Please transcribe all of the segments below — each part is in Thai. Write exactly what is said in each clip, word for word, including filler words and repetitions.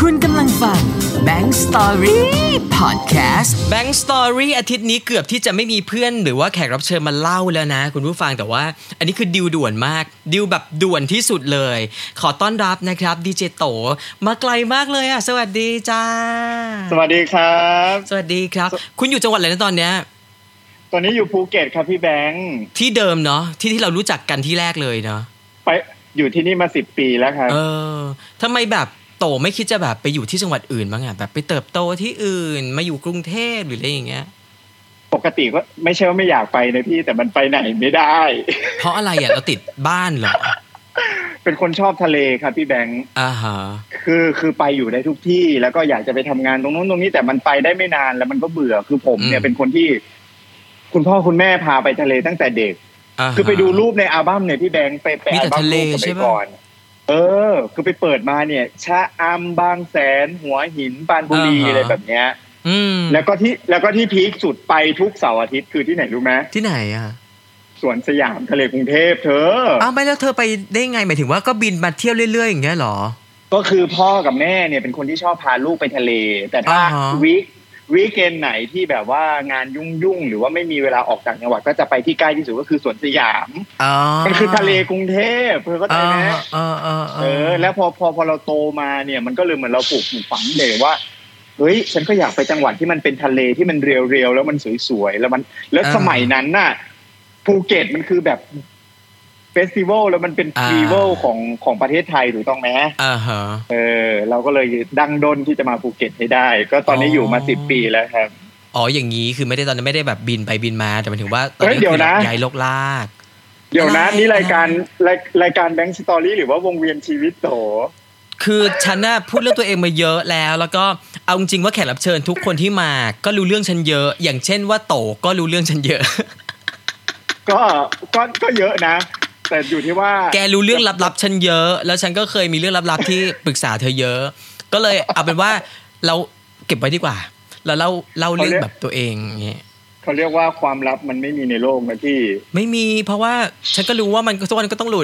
คุณกำลังฟัง Bank Story Podcast Bank Story อาทิตย์นี้เกือบที่จะไม่มีเพื่อนหรือว่าแขกรับเชิญมาเล่าแล้วนะคุณผู้ฟังแต่ว่าอันนี้คือดิวด่วนมากดิวแบบด่วนที่สุดเลยขอต้อนรับนะครับดีเจโตมาไกลมากเลยอ่ะสวัสดีจ้าสวัสดีครับสวัสดีครับคุณอยู่จังหวัดอะไรนะตอนเนี้ยตอนนี้อยู่ภูเก็ตครับพี่แบงค์ที่เดิมเนาะที่ที่เรารู้จักกันที่แรกเลยเนาะไปอยู่ที่นี่มาสิบปีแล้วครับเออทำไมแบบโตไม่คิดจะแบบไปอยู่ที่จังหวัดอื่นบ้างอ่ะแบบไปเติบโตที่อื่นมาอยู่กรุงเทพหรืออะไรอย่างเงี้ยปกติก็ไม่ใช่ว่าไม่อยากไปนะพี่แต่มันไปไหนไม่ได้เพราะอะไรอ่ะเราติดบ้านเหรอเป็นคนชอบทะเลครับพี่แบงค์อ่าฮะคือคือไปอยู่ได้ทุกที่แล้วก็อยากจะไปทำงานตรงนู้นตรงนี้แต่มันไปได้ไม่นานแล้วมันก็เบื่อคือผมเนี่ยเป็นคนที่คุณพ่อคุณแม่พาไปทะเลตั้งแต่เด็กคือไปดูรูปในอัลบั้มเนี่ยพี่แบงค์ไปไปอัลบั้มรูปกันไปก่อนเออคือไปเปิดมาเนี่ยชะอำบางแสนหัวหินปรานบุรีอะไรแบบเนี้ยแล้วก็ที่แล้วก็ที่พีคสุดไปทุกเสาร์อาทิตย์คือที่ไหนรู้ไหมที่ไหนอ่ะสวนสยามทะเลกรุงเทพเธออ้าวไม่แล้วเธอไปได้ไงหมายถึงว่าก็บินมาเที่ยวเรื่อยๆอย่างเงี้ยหรอก็คือพ่อกับแม่เนี่ยเป็นคนที่ชอบพาลูกไปทะเลแต่ถ้าวีควีคเอนไหนที่แบบว่างานยุ่งๆหรือว่าไม่มีเวลาออกจากจังหวัดก็จะไปที่ใกล้ที่สุดก็คือสวนสยามอ๋อมันคือทะเลกรุงเทพเธอเข้าใจไหมเออเออเออแล้วพอพอพอเราโตมาเนี่ยมันก็เลยเหมือนเราปลูกฝังเลยว่าเฮ้ยฉันก็อยากไปจังหวัดที่มันเป็นทะเลที่มันเรียวๆแล้วมันสวยๆแล้วมันแล้วสมัยนั้นน่ะภูเก็ตมันคือแบบเฟสติวัลแล้วมันเป็นฟีเวอร์ของของประเทศไทยถูกต้องไหมอ่าฮะเออเราก็เลยดังด้นที่จะมาภูเก็ตให้ได้ก็ตอนนี้อยู่มาสิบปีแล้วครับอ๋ออย่างนี้คือไม่ได้ตอนนั้นไม่ได้แบบบินไปบินมาแต่หมายถึงว่าตอนนี้คือย้ายโลกลากเดี๋ยวนะนี่รายการรายการ Bank Story หรือว่าวงเวียนชีวิตโตคือฉันน่ะพูดเรื่องตัวเองมาเยอะแล้วแล้วก็เอาจริงว่าแขกรับเชิญทุกคนที่มาก็รู้เรื่องฉันเยอะอย่างเช่นว่าโตก็รู้เรื่องฉันเยอะก็ก็ก็เยอะนะแต่อยู่ที่ว่าแกรู้เรื่องลับๆฉันเยอะแล้วฉันก็เคยมีเรื่องลับๆที่ปรึกษาเธอเยอะก็เลยเอาเป็นว่าเราเก็บไว้ดีกว่าแล้วเล่าเล่าเรื่องแบบตัวเองอย่างเงี้ยเขาเรียกว่าความลับมันไม่มีในโลกนะพี่ไม่มีเพราะว่าฉันก็รู้ว่ามันทุกวันก็ต้องหลุด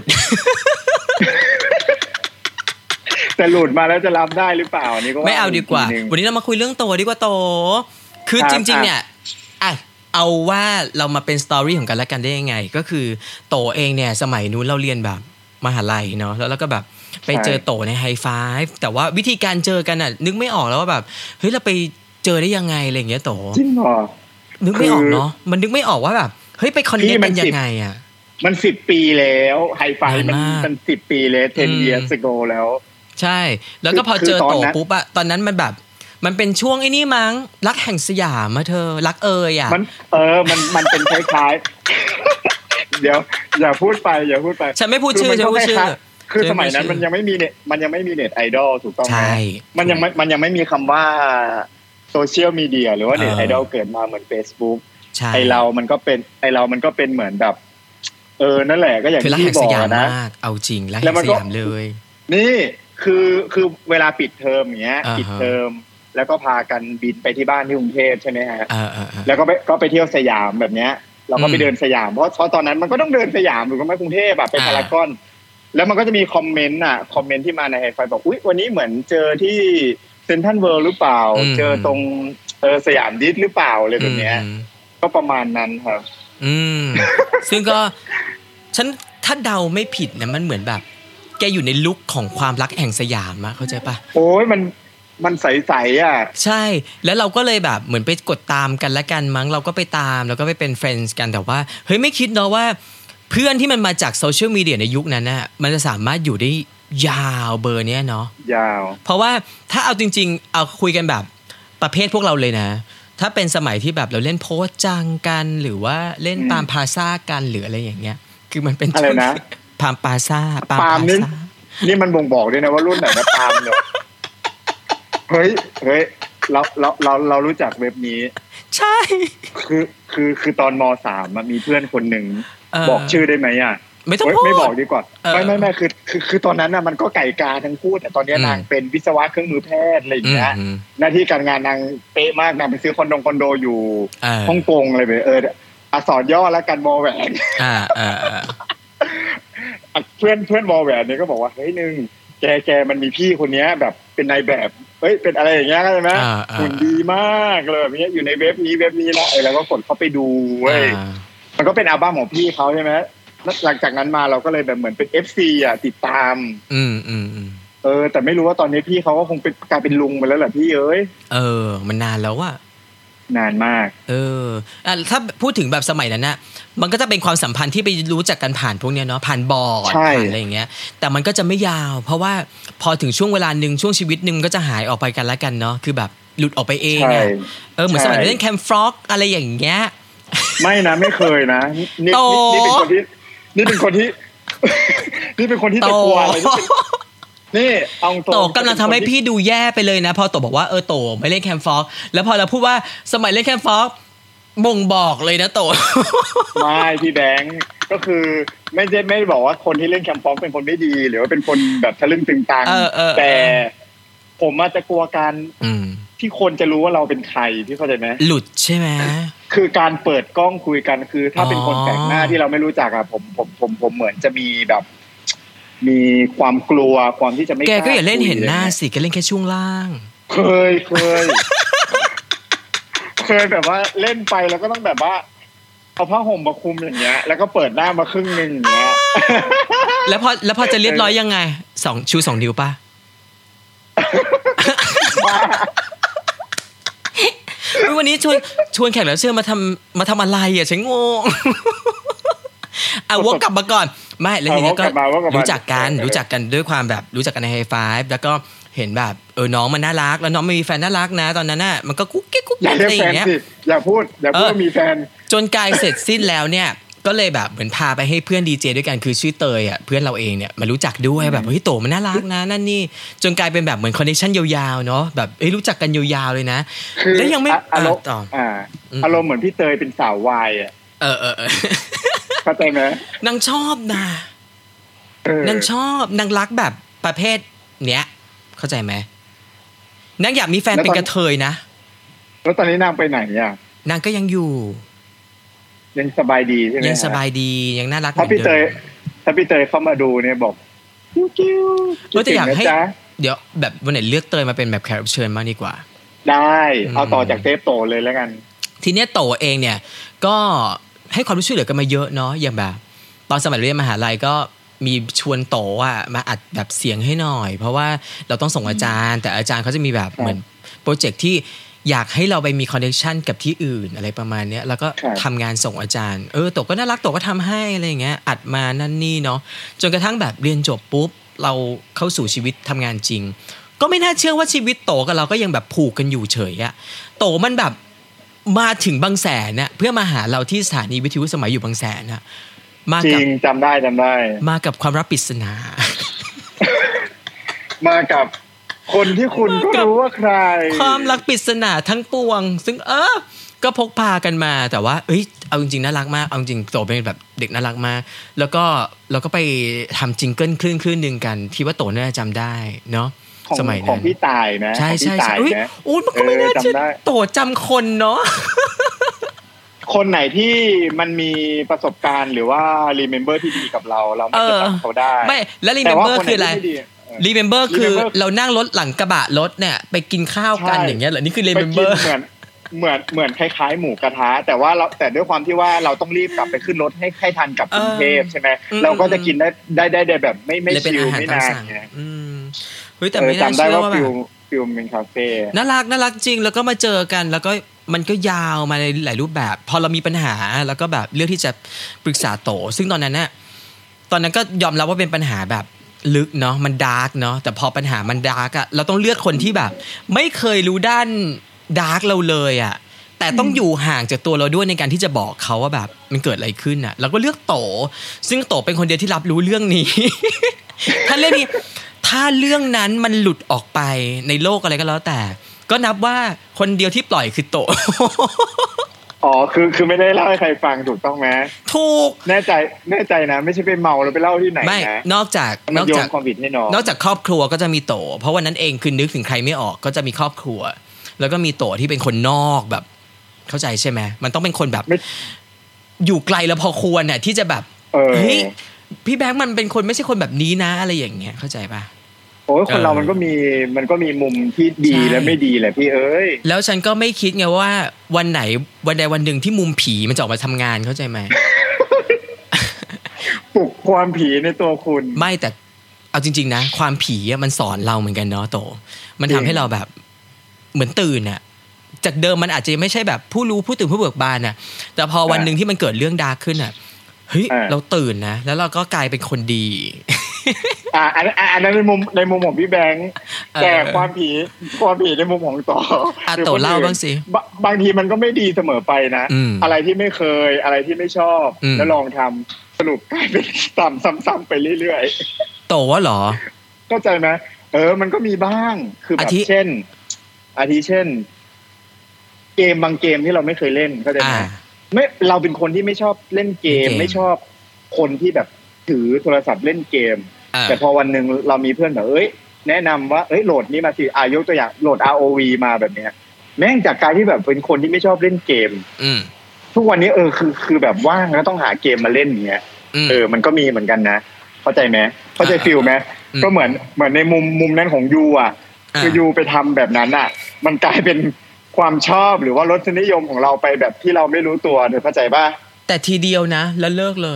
แต่หลุดมาแล้วจะรับได้หรือเปล่านี่ก็ไม่เอาดีกว่าวันนี้เรามาคุยเรื่องโตดีกว่าโตคือจริงๆเนี่ยอ่ะเอาว่าเรามาเป็นสตอรี่ของกันและกันได้ยังไงก็คือโตเองเนี่ยสมัยนู้นเราเรียนแบบมหาลัยเนาะแล้วเราก็แบบไปเจอโตในไฮไฟว์แต่ว่าวิธีการเจอกันน่ะนึกไม่ออกแล้วว่าแบบเฮ้ยเราไปเจอได้ยังไงอะไรอย่างเงี้ยโตจริงเหรอนึกไม่ออกเนาะมันนึกไม่ออกว่าแบบเฮ้ยไปคอนเนคกันยังไงอ่ะมันสิบปีแล้วไฮไฟว์มันมันสิบปีเลยสิบ years ago แล้วใช่แล้วก็พอเจอโตปุ๊บอะตอนนั้นมันแบบมันเป็นช่วงไอ้นี่มั้งรักแห่งสยามอะเธอรักเอ่ยอะมันเออมันมันเป็นคล้ายๆเดี๋ยวอย่าพูดไปอย่าพูดไปฉันไม่พูดชื่อฉันพูดชื่อคือสมัยนั้นมันยังไม่มีเน็ตมันยังไม่มีเน็ตไอดอลถูกต้องไหมมันยังมันยังไม่มีคำว่าโซเชียลมีเดียหรือว่าเน็ตไอดอลเกิดมาเหมือน Facebook ไอเรามันก็เป็นไอเรามันก็เป็นเหมือนแบบเออนั่นแหละก็อย่างที่บอกนะเอาจริงรักแห่งสยามเลยนี่คือคือเวลาปิดเทอมอย่างเงี้ยปิดเทอมแล้วก็พากันบินไปที่บ้านที่กรุงเทพใช่ไหมฮะแล้วก็ไปก็ไปเที่ยวสยามแบบเนี้ยเราก็ไปเดินสยามเพราะเพราะตอนนั้นมันก็ต้องเดินสยามหรือก็ไม่กรุงเทพแบบไปพารากอนแล้วมันก็จะมีคอมเมนต์อ่ะคอมเมนต์ที่มาในไฮไฟบอกอุ๊ยวันนี้เหมือนเจอที่เซ็นทรัลเวิลด์หรือเปล่าเจอตรงเออสยามดิสหรือเปล่าอะไรแบบเนี้ยก็ประมาณนั้นครับอืมซึ่งก็ฉันถ้าเดาไม่ผิดนะมันเหมือนแบบแกอยู่ในลุคของความรักแห่งสยามอะเข้าใจปะโอ้ยมันมันใสๆอ่ะใช่แล้วเราก็เลยแบบเหมือนไปกดตามกันละกันมั้งเราก็ไปตามแล้วก็ไปเป็นเฟรนด์กันแต่ว่าเฮ้ยไม่คิดเนาะว่าเพื่อนที่มันมาจากโซเชียลมีเดียในยุคนั้นน่ะมันจะสามารถอยู่ได้ยาวเบอร์เนี้ยเนาะยาวเพราะว่าถ้าเอาจริงๆเอาคุยกันแบบประเภทพวกเราเลยนะถ้าเป็นสมัยที่แบบเราเล่นโพสจังกันหรือว่าเล่นปามพาซ่ากันหรืออะไรอย่างเงี้ยคือมันเป็นอะไรนะปามพาซ่าปามพาซ่านี่มันบ่งบอกด้วยนะว่ารุ่นไหนนะปามเนี่ยเฮ้ยเฮ้ยเราเราเราเรารู้จักเว็บนี้ใช่คือคือคือตอนม.สาม อ่ะมีเพื่อนคนหนึ่งบอกชื่อได้ไหมอ่ะไม่ต้องพูดไม่บอกดีกว่าไม่ไม่ไม่คือคือคือตอนนั้นน่ะมันก็ไก่กาทั้งคู่แต่ตอนนี้นางเป็นวิศวะเครื่องมือแพทย์อะไรอย่างเงี้ยหน้าที่การงานนางเป๊ะมากนางไปซื้อคอนโดคอนโดอยู่ฮ่องกงอะไรแบบเอออักษรย่อแล้วกันวอแหวนอ่าอ่าเพื่อนเพื่อนวอแหวนเนี่ยก็บอกว่าเฮ้ยนึงแกแกมันมีพี่คนนี้แบบเป็นนายแบบเฮ้ยเป็นอะไรอย่างเงี้ยใช่ไหมหุ่นดีมากเลยแบบนี้อยู่ในเว็บนี้เว็บนี้แล้วเออแล้วก็กดเข้าไปดูเว้ยมันก็เป็นอัลบั้มของพี่เขาใช่ไหมหลังจากนั้นมาเราก็เลยแบบเหมือนเป็น เอฟ ซี อ่ะติดตามอืมอืมเออแต่ไม่รู้ว่าตอนนี้พี่เขาก็คงเป็นกลายเป็นลุงไปแล้วแหละพี่เอ้ยเออมันนานแล้วอะนานมากเอออ่ะถ้าพูดถึงแบบสมัยนั้นนะมันก็จะเป็นความสัมพันธ์ที่ไปรู้จักกันผ่านพวกเนี้ยเนาะผ่านบอร์ดผ่านอะไรอย่างเงี้ยแต่มันก็จะไม่ยาวเพราะว่าพอถึงช่วงเวลานึงช่วงชีวิตนึงก็จะหายออกไปกันแล้วกันเนาะคือแบบหลุดออกไปเองอ่ะเออเหมือนสมัยเล่นแคมฟล็อกอะไรอย่างเงี้ยไม่นะไม่เคยนะนี่นี่เป็นคนที่นี่เป็นคนที่นี่เป็นคนที่ตะกลัวอะไรนี่เอาโตกำลังทำให้พี่ดูแย่ไปเลยนะพอโตบอกว่าเออโตไม่เล่นแคมฟอกแล้วพอเราพูดว่าสมัยเล่นแคมฟอกบ่งบอกเลยนะโตไม่พี่แบงค์ก็คือไม่ได้ไม่ได้บอกว่าคนที่เล่นแคมฟอกเป็นคนไม่ดีหรือว่าเป็นคนแบบทะลึ่งตึงตังแต่ผมอาจจะกลัวการที่คนจะรู้ว่าเราเป็นใครพี่เข้าใจไหมหลุดใช่ไหมคือการเปิดกล้องคุยกันคือถ้าเป็นคนแปลกหน้าที่เราไม่รู้จักอะผมผมผมผมเหมือนจะมีแบบมีความกลัวความที่จะไม่แกก็อย่าเล่นเห็นหน้าสิแกเล่นแค่ช่วงล่างเคยเคยเคยแบบว่าเล่นไปแล้วก็ต้องแบบว่าเอาผ้าห่มมาคลุมอย่างเงี้ยแล้วก็เปิดหน้ามาครึ่งนึงอย่างเงี้ยแล้วพอแล้วพอจะเรียบร้อยยังไงสองชูสองนิ้วป่ะวันนี้ชวนชวนแขกรับเชิญมาทำมาทำอะไรอ่ะฉันงงเอาวกกลับมาก่อนไม่แล้วทีนี้ก็รู้จักกันรู้จักกันด้วยความแบบรู้จักกันในไฮไฟว์แล้วก็เห็นแบบเออน้องมันน่ารักแล้วน้องมีแฟนน่ารักนะตอนนั้นน่ะมันก็กุ๊กกิ๊กกุ๊กกิ๊กอะไรอย่างเงี้ยอย่าพูดอย่าพูดว่ามีแฟนจนกายเสร็จสิ้นแล้วเนี่ยก็เลยแบบเหมือนพาไปให้เพื่อนดีเจด้วยกันคือชื่อเตยอ่ะเพื่อนเราเองเนี่ยมารู้จักด้วยแบบเฮ้ยโตมันน่ารักนะนั่นนี่จนกลายเป็นแบบเหมือนคอนเนคชั่นยาวๆเนาะแบบเอ้ยรู้จักกันยาวๆเลยนะแล้วยังไม่อารมณ์อ่าอารมณ์เหมือนพี่เตยเป็นสาววายอ่ะเออเออเออเข้าใจไหมนางชอบนะนางชอบนางรักแบบประเภทเนี้ยเข้าใจไหมนางอยากมีแฟนเป็นกระเทยนะแล้วตอนนี้นางไปไหนอ่ะนางก็ยังอยู่ยังสบายดีใช่ไหมยังสบายดียังน่ารักถ้าพี่เตยถ้าพี่เตยเข้ามาดูเนี่ยบอกกิ้วกิ้วก็จะอยากให้เดี๋ยวแบบวันไหนเลือกเตยมาเป็นแบบแขกรับเชิญมากดีกว่าได้เอาต่อจากเทปโตเลยแล้วกันทีเนี้ยโตเองเนี่ยก็ให้ความช่วยเหลือกันมาเยอะเนาะอย่างแบบตอนสมัยเรียนมหาลัยก็มีชวนโตอ่ะมาอัดแบบเสียงให้หน่อยเพราะว่าเราต้องส่งอาจารย์แต่อาจารย์เขาจะมีแบบเหมือนโปรเจกต์ที่อยากให้เราไปมีคอนเนคชั่นกับที่อื่นอะไรประมาณนี้แล้วก็ทำงานส่งอาจารย์เออโตก็น่ารักโตก็ทำให้อะไรอย่างเงี้ยอัดมานั่นนี่เนาะจนกระทั่งแบบเรียนจบปุ๊บเราเข้าสู่ชีวิตทำงานจริงก็ไม่น่าเชื่อว่าชีวิตโตกับเราก็ยังแบบผูกกันอยู่เฉยอะโตมันแบบมาถึงบางแสนน่ะเพื่อมาหาเราที่สถานีวิทยุสมัยอยู่บางแสนน่ะมากับจำได้จำได้มากับความรับปริศนามากับคนที่คุณก็รู้ว่าใครความรักปริศนาทั้งปวงซึ่งเออก็พกพากันมาแต่ว่าเอ้ยเอาจริงๆน่ารักมากเอาจริงโตเป็นแบบเด็กน่ารักมากแล้วก็เราก็ไปทำจิงเกิลคลื่นคลื่นนึงกันที่ว่าโตน่าจะจำได้เนาะสมัยนั้นของพี่ตายนะใช่ใช่ใช่โอ้ยมันก็ไม่น่าเชื่อโตจำคนเนาะคนไหนที่มันมีประสบการณ์หรือว่า remember ที่ดีกับเราเราไม่จะจำเขาได้ไม่แล้ว remember คืออะไร remember คือเรานั่งรถหลังกระบะรถเนี่ยไปกินข้าวกันอย่างเงี้ยเหรอนี่คือ remember เหมือนเหมือนเหมือนคล้ายๆหมูกระทะแต่ว่าเราแต่ด้วยความที่ว่าเราต้องรีบกลับไปขึ้นรถให้ให้ทันกับกรุงเทพใช่ไหมเราก็จะกินได้ได้ได้แบบไม่ไม่ชิลไม่นานไงเฮ้ยแต่ไม่น่าเชื่อว่าแบบฟิลมเป็นคาเฟ่น่ารักน่ารักจริงแล้วก็มาเจอกันแล้วก็มันก็ยาวมาในหลายรูปแบบพอเรามีปัญหาแล้วก็แบบเลือกที่จะปรึกษาโตซึ่งตอนนั้นน่ะตอนนั้นก็ยอมรับว่าเป็นปัญหาแบบลึกเนาะมันดาร์กเนาะแต่พอปัญหามันดาร์กอะเราต้องเลือกคนที่แบบไม่เคยรู้ด้านดาร์กเราเลยอะแต่ต้องอยู่ห่างจากตัวเราด้วยในการที่จะบอกเขาว่าแบบมันเกิดอะไรขึ้นอะเราก็เลือกโตซึ่งโตเป็นคนเดียวที่รับรู้เรื่องนี้ ถ้าเรื่องนี้ถ้าเรื่องนั้นมันหลุดออกไปในโลกอะไรก็แล้วแต่ก็นับว่าคนเดียวที่ปล่อยคือโตอ๋อคือคือไม่ได้เล่าให้ใครฟังถูกต้องไหมถูกแน่ใจแน่ใจนะไม่ใช่ไปเมาแล้วไปเล่าที่ไหนนะไม่นอกจากนอกจากความผิดให้น้องนอกจากครอบครัวก็จะมีโตเพราะวันนั้นเองคือนึกถึงใครไม่ออกก็จะมีครอบครัวแล้วก็มีโตที่เป็นคนนอกแบบเข้าใจใช่ไหมมันต้องเป็นคนแบบอยู่ไกลแล้วพอควรน่ะที่จะแบบเฮ้ยพี่แบงค์มันเป็นคนไม่ใช่คนแบบนี้นะอะไรอย่างเงี้ยเข้าใจป่ะโอ้ยคนเรามันก็มีมันก็มีมุมที่ดีและไม่ดีแหละพี่เอ้ยแล้วฉันก็ไม่คิดไงว่าวันไหนวันใดวันหนึ่งที่มุมผีมันจะออกมาทำงานเข้าใจไหมปลุกความผีในตัวคุณไม่แต่เอาจริงๆนะความผีมันสอนเราเหมือนกันเนาะโตมันทำให้เราแบบเหมือนตื่นอะจากเดิมมันอาจจะไม่ใช่แบบผู้รู้ผู้ตื่นผู้เบิกบานน่ะแต่พอวันนึงที่มันเกิดเรื่องดาร์กขึ้นอ่ะเฮ้ยเราตื่นนะแล้วเราก็กลายเป็นคนดีอ่าอันอันนั้นในมุมในมุมของพี่แบงค์แต่ความผีความผีในมุมของต่ออ่ะต่อเล่าบ้างสิบางทีมันก็ไม่ดีเสมอไปนะอะไรที่ไม่เคยอะไรที่ไม่ชอบแล้วลองทำสรุปกลายเป็นซ้ำซ้ำๆไปเรื่อยๆโตว่าหรอเข้าใจไหมเออมันก็มีบ้างคือแบบเช่นอาทิเช่นเกมบางเกมที่เราไม่เคยเล่นเข้าใจไหมไม่เราเป็นคนที่ไม่ชอบเล่นเกมไม่ชอบคนที่แบบถือโทรศัพท์เล่นเกมแต่พอวันนึงเรามีเพื่อนแบบเอ้ยแนะนำว่าเอ้ยโหลดนี้มาสิอายกตัวอย่างโหลด อาร์ โอ วี มาแบบเนี้ยแม่งจากการที่แบบเป็นคนที่ไม่ชอบเล่นเกมทุกวันนี้เออคือคือแบบว่างแล้วต้องหาเกมมาเล่นเงี้ยเออมันก็มีเหมือนกันนะเข้าใจไหมเข้าใจฟีลไหมก็เหมือนเหมือนในมุมมุมนั้นของยูอ่ะคือยูไปทำแบบนั้นอ่ะมันกลายเป็นความชอบหรือว่ารสนิยมของเราไปแบบที่เราไม่รู้ตัวเธอเข้าใจป่ะแต่ทีเดียวนะแล้วเลิกเลย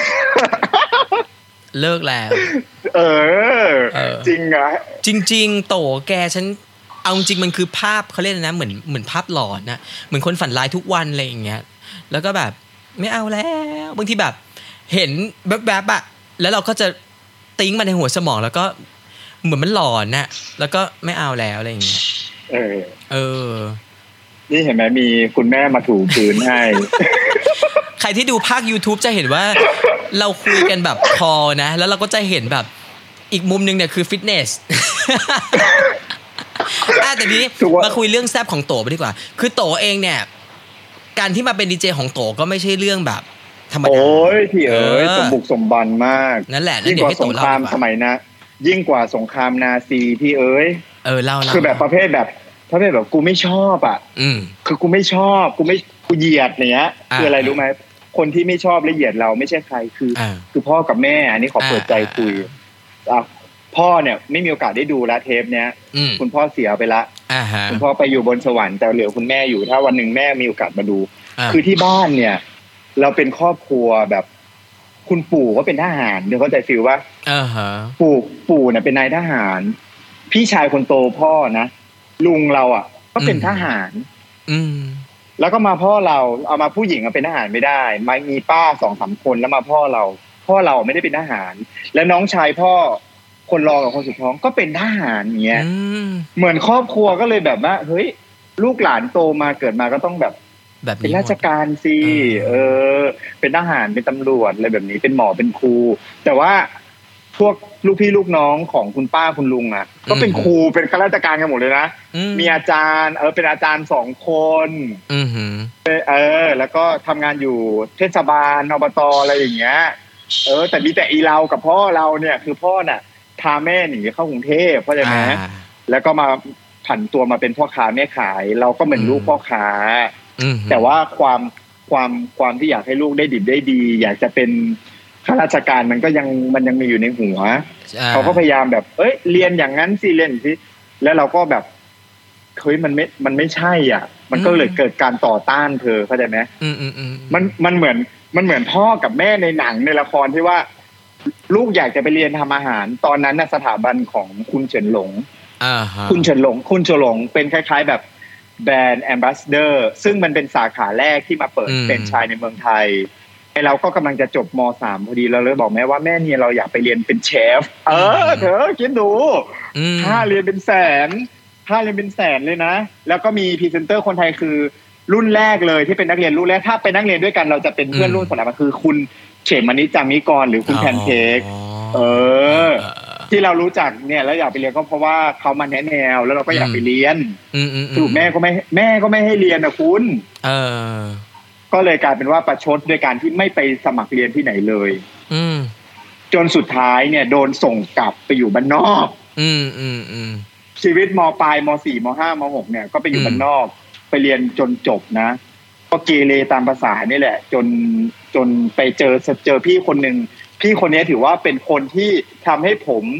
เลิกแล้วเออจริงอ่ะจริงๆโตแกฉันเอาจริงมันคือภาพเขาเรียกนะเหมือนเหมือนภาพหลอนนะเหมือนคนฝันร้ายทุกวันอะไรอย่างเงี้ยแล้วก็แบบไม่เอาแล้วบางทีแบบเห็นแบบๆอ่ะแล้วเราก็จะติ้งมันในหัวสมองแล้วก็เหมือนมันหลอนน่ะแล้วก็ไม่เอาแล้วอะไรอย่างเงี้ยเออเออนี่เห็นไหมมีคุณแม่มาถูพื้นให้ใครที่ดูภาค YouTube จะเห็นว่าเราคุยกันแบบคอนะแล้วเราก็จะเห็นแบบอีกมุมนึงเนี่ยคือฟิตเนสอ่ะแต่ทีนี้มาคุยเรื่องแซบของโตไปดีกว่าคือโตเองเนี่ยการที่มาเป็นดีเจของโตก็ไม่ใช่เรื่องแบบธรรมดาโอ้ยพี่เอ๋ยสมบุกสมบันมากนั่นแหละยิ่งกว่าสงครามสมัยนะยิ่งกว่าสงครามนาซีพี่เอ๋ยเออเล่าคือแบบประเภทแบบประเภทแบบกูไม่ชอบอ่ะคือกูไม่ชอบกูไม่กูเหยียดเนี้ยคืออะไรรู้ไหมคนที่ไม่ชอบและเหยียดเราไม่ใช่ใครคือคือพ่อกับแม่อันนี้ขอเปิดใจคุยอ่ะพ่อเนี่ยไม่มีโอกาสได้ดูละเทปเนี้ยคุณพ่อเสียไปละคุณพ่อไปอยู่บนสวรรค์แต่เหลือคุณแม่อยู่ถ้าวันหนึ่งแม่มีโอกาสมาดูคือที่บ้านเนี่ยเราเป็นครอบครัวแบบคุณปู่ก็เป็นทหารเดี๋ยวเข้าใจฟิลว่าปู่ปู่เนี่ยเป็นนายทหารพี่ชายคนโตพ่อนะลุงเราอ่ะก็เป็นทหารแล้วก็มาพ่อเราเอามาผู้หญิงมาเป็นทหารไม่ได้มามีป้าสองสามคนแล้วมาพ่อเราพ่อเราไม่ได้เป็นทหารและน้องชายพ่อคนรองกับคนสุดท้องก็เป็นทหารเงี้ยเหมือนครอบครัวก็เลยแบบว่าเฮ้ยลูกหลานโตมาเกิดมาก็ต้องแบบเป็นราชการสิเออเป็นทหารเป็นตำรวจอะไรแบบนี้เป็นหมอเป็นครูแต่ว่าพวกลูกพี่ลูกน้องของคุณป้าคุณลุงอ่ะก็เป็นครูเป็นข้าราชการกันหมดเลยนะมีอาจารย์เออเป็นอาจารย์สองคนเออแล้วก็ทำงานอยู่เทศบาลอบตอะไรอย่างเงี้ยเออแต่มีแต่อีเรากับพ่อเราเนี่ยคือพ่อน่ะพาแม่หนีเข้ากรุงเทพเข้าใจไหมแล้วก็มาผันตัวมาเป็นพ่อค้าแม่ขายเราก็เหมือนลูกพ่อค้าแต่ว่าความความความที่อยากให้ลูกได้ดิบได้ดีอยากจะเป็นข้าราชการมันก็ยังมันยังมีอยู่ในหัวเขาก็พยายามแบบเอ้ยเรียนอย่างนั้นสิเรียนสิแล้วเราก็แบบเฮ้ยมันไม่มันไม่ใช่อ่ะมันก็เลยเกิดการต่อต้านเธอเข้าใจไหมมันมันเหมือนมันเหมือนพ่อกับแม่ในหนังในละครที่ว่าลูกอยากจะไปเรียนทำอาหารตอนนั้นน่ะสถาบันของคุณเฉินหลงคุณเฉินหลงคุณเฉินหลงเป็นคล้ายๆแบบแบรนด์แอมบาสเดอร์ซึ่งมันเป็นสาขาแรกที่มาเปิดเป็นชายในเมืองไทยไอเราก็กำลังจะจบม.สาม พอดีเราเลยบอกแม่ว่าแม่เนี่ยเราอยากไปเรียนเป็นเชฟเออเธอคิดดูถ้าเรียนเป็นแสนถ้าเรียนเป็นแสนเลยนะแล้วก็มีพรีเซนเตอร์คนไทยคือรุ่นแรกเลยที่เป็นนักเรียนรุ่นแรกถ้าเป็นนักเรียนด้วยกันเราจะเป็นเพื่อนรุ่นสถาบันคือคุณเขมนิจามิกรหรือคุณแพนเค้กเออที่เรารู้จักเนี่ยแล้วอยากไปเรียนก็เพราะว่าเขามาแนะแนวแล้วเราก็อยากไปเรียนถูกแม่ก็ไม่แม่ก็ไม่ให้เรียนนะคุณเออก็เลยกลายเป็นว่าประชดด้วยการที่ไม่ไปสมัครเรียนที่ไหนเลยจนสุดท้ายเนี่ยโดนส่งกลับไปอยู่บ้านนอกชีวิตม.ปลายม.สี่ ม.ห้า ม.หกเนี่ยก็ไปอยู่บ้านนอกไปเรียนจนจบนะก็เกเรตามภาษานี่แหละจนจนไปเจอเจอพี่คนหนึ่งพี่คนนี้ถือว่าเป็นคนที่ทำให้ผม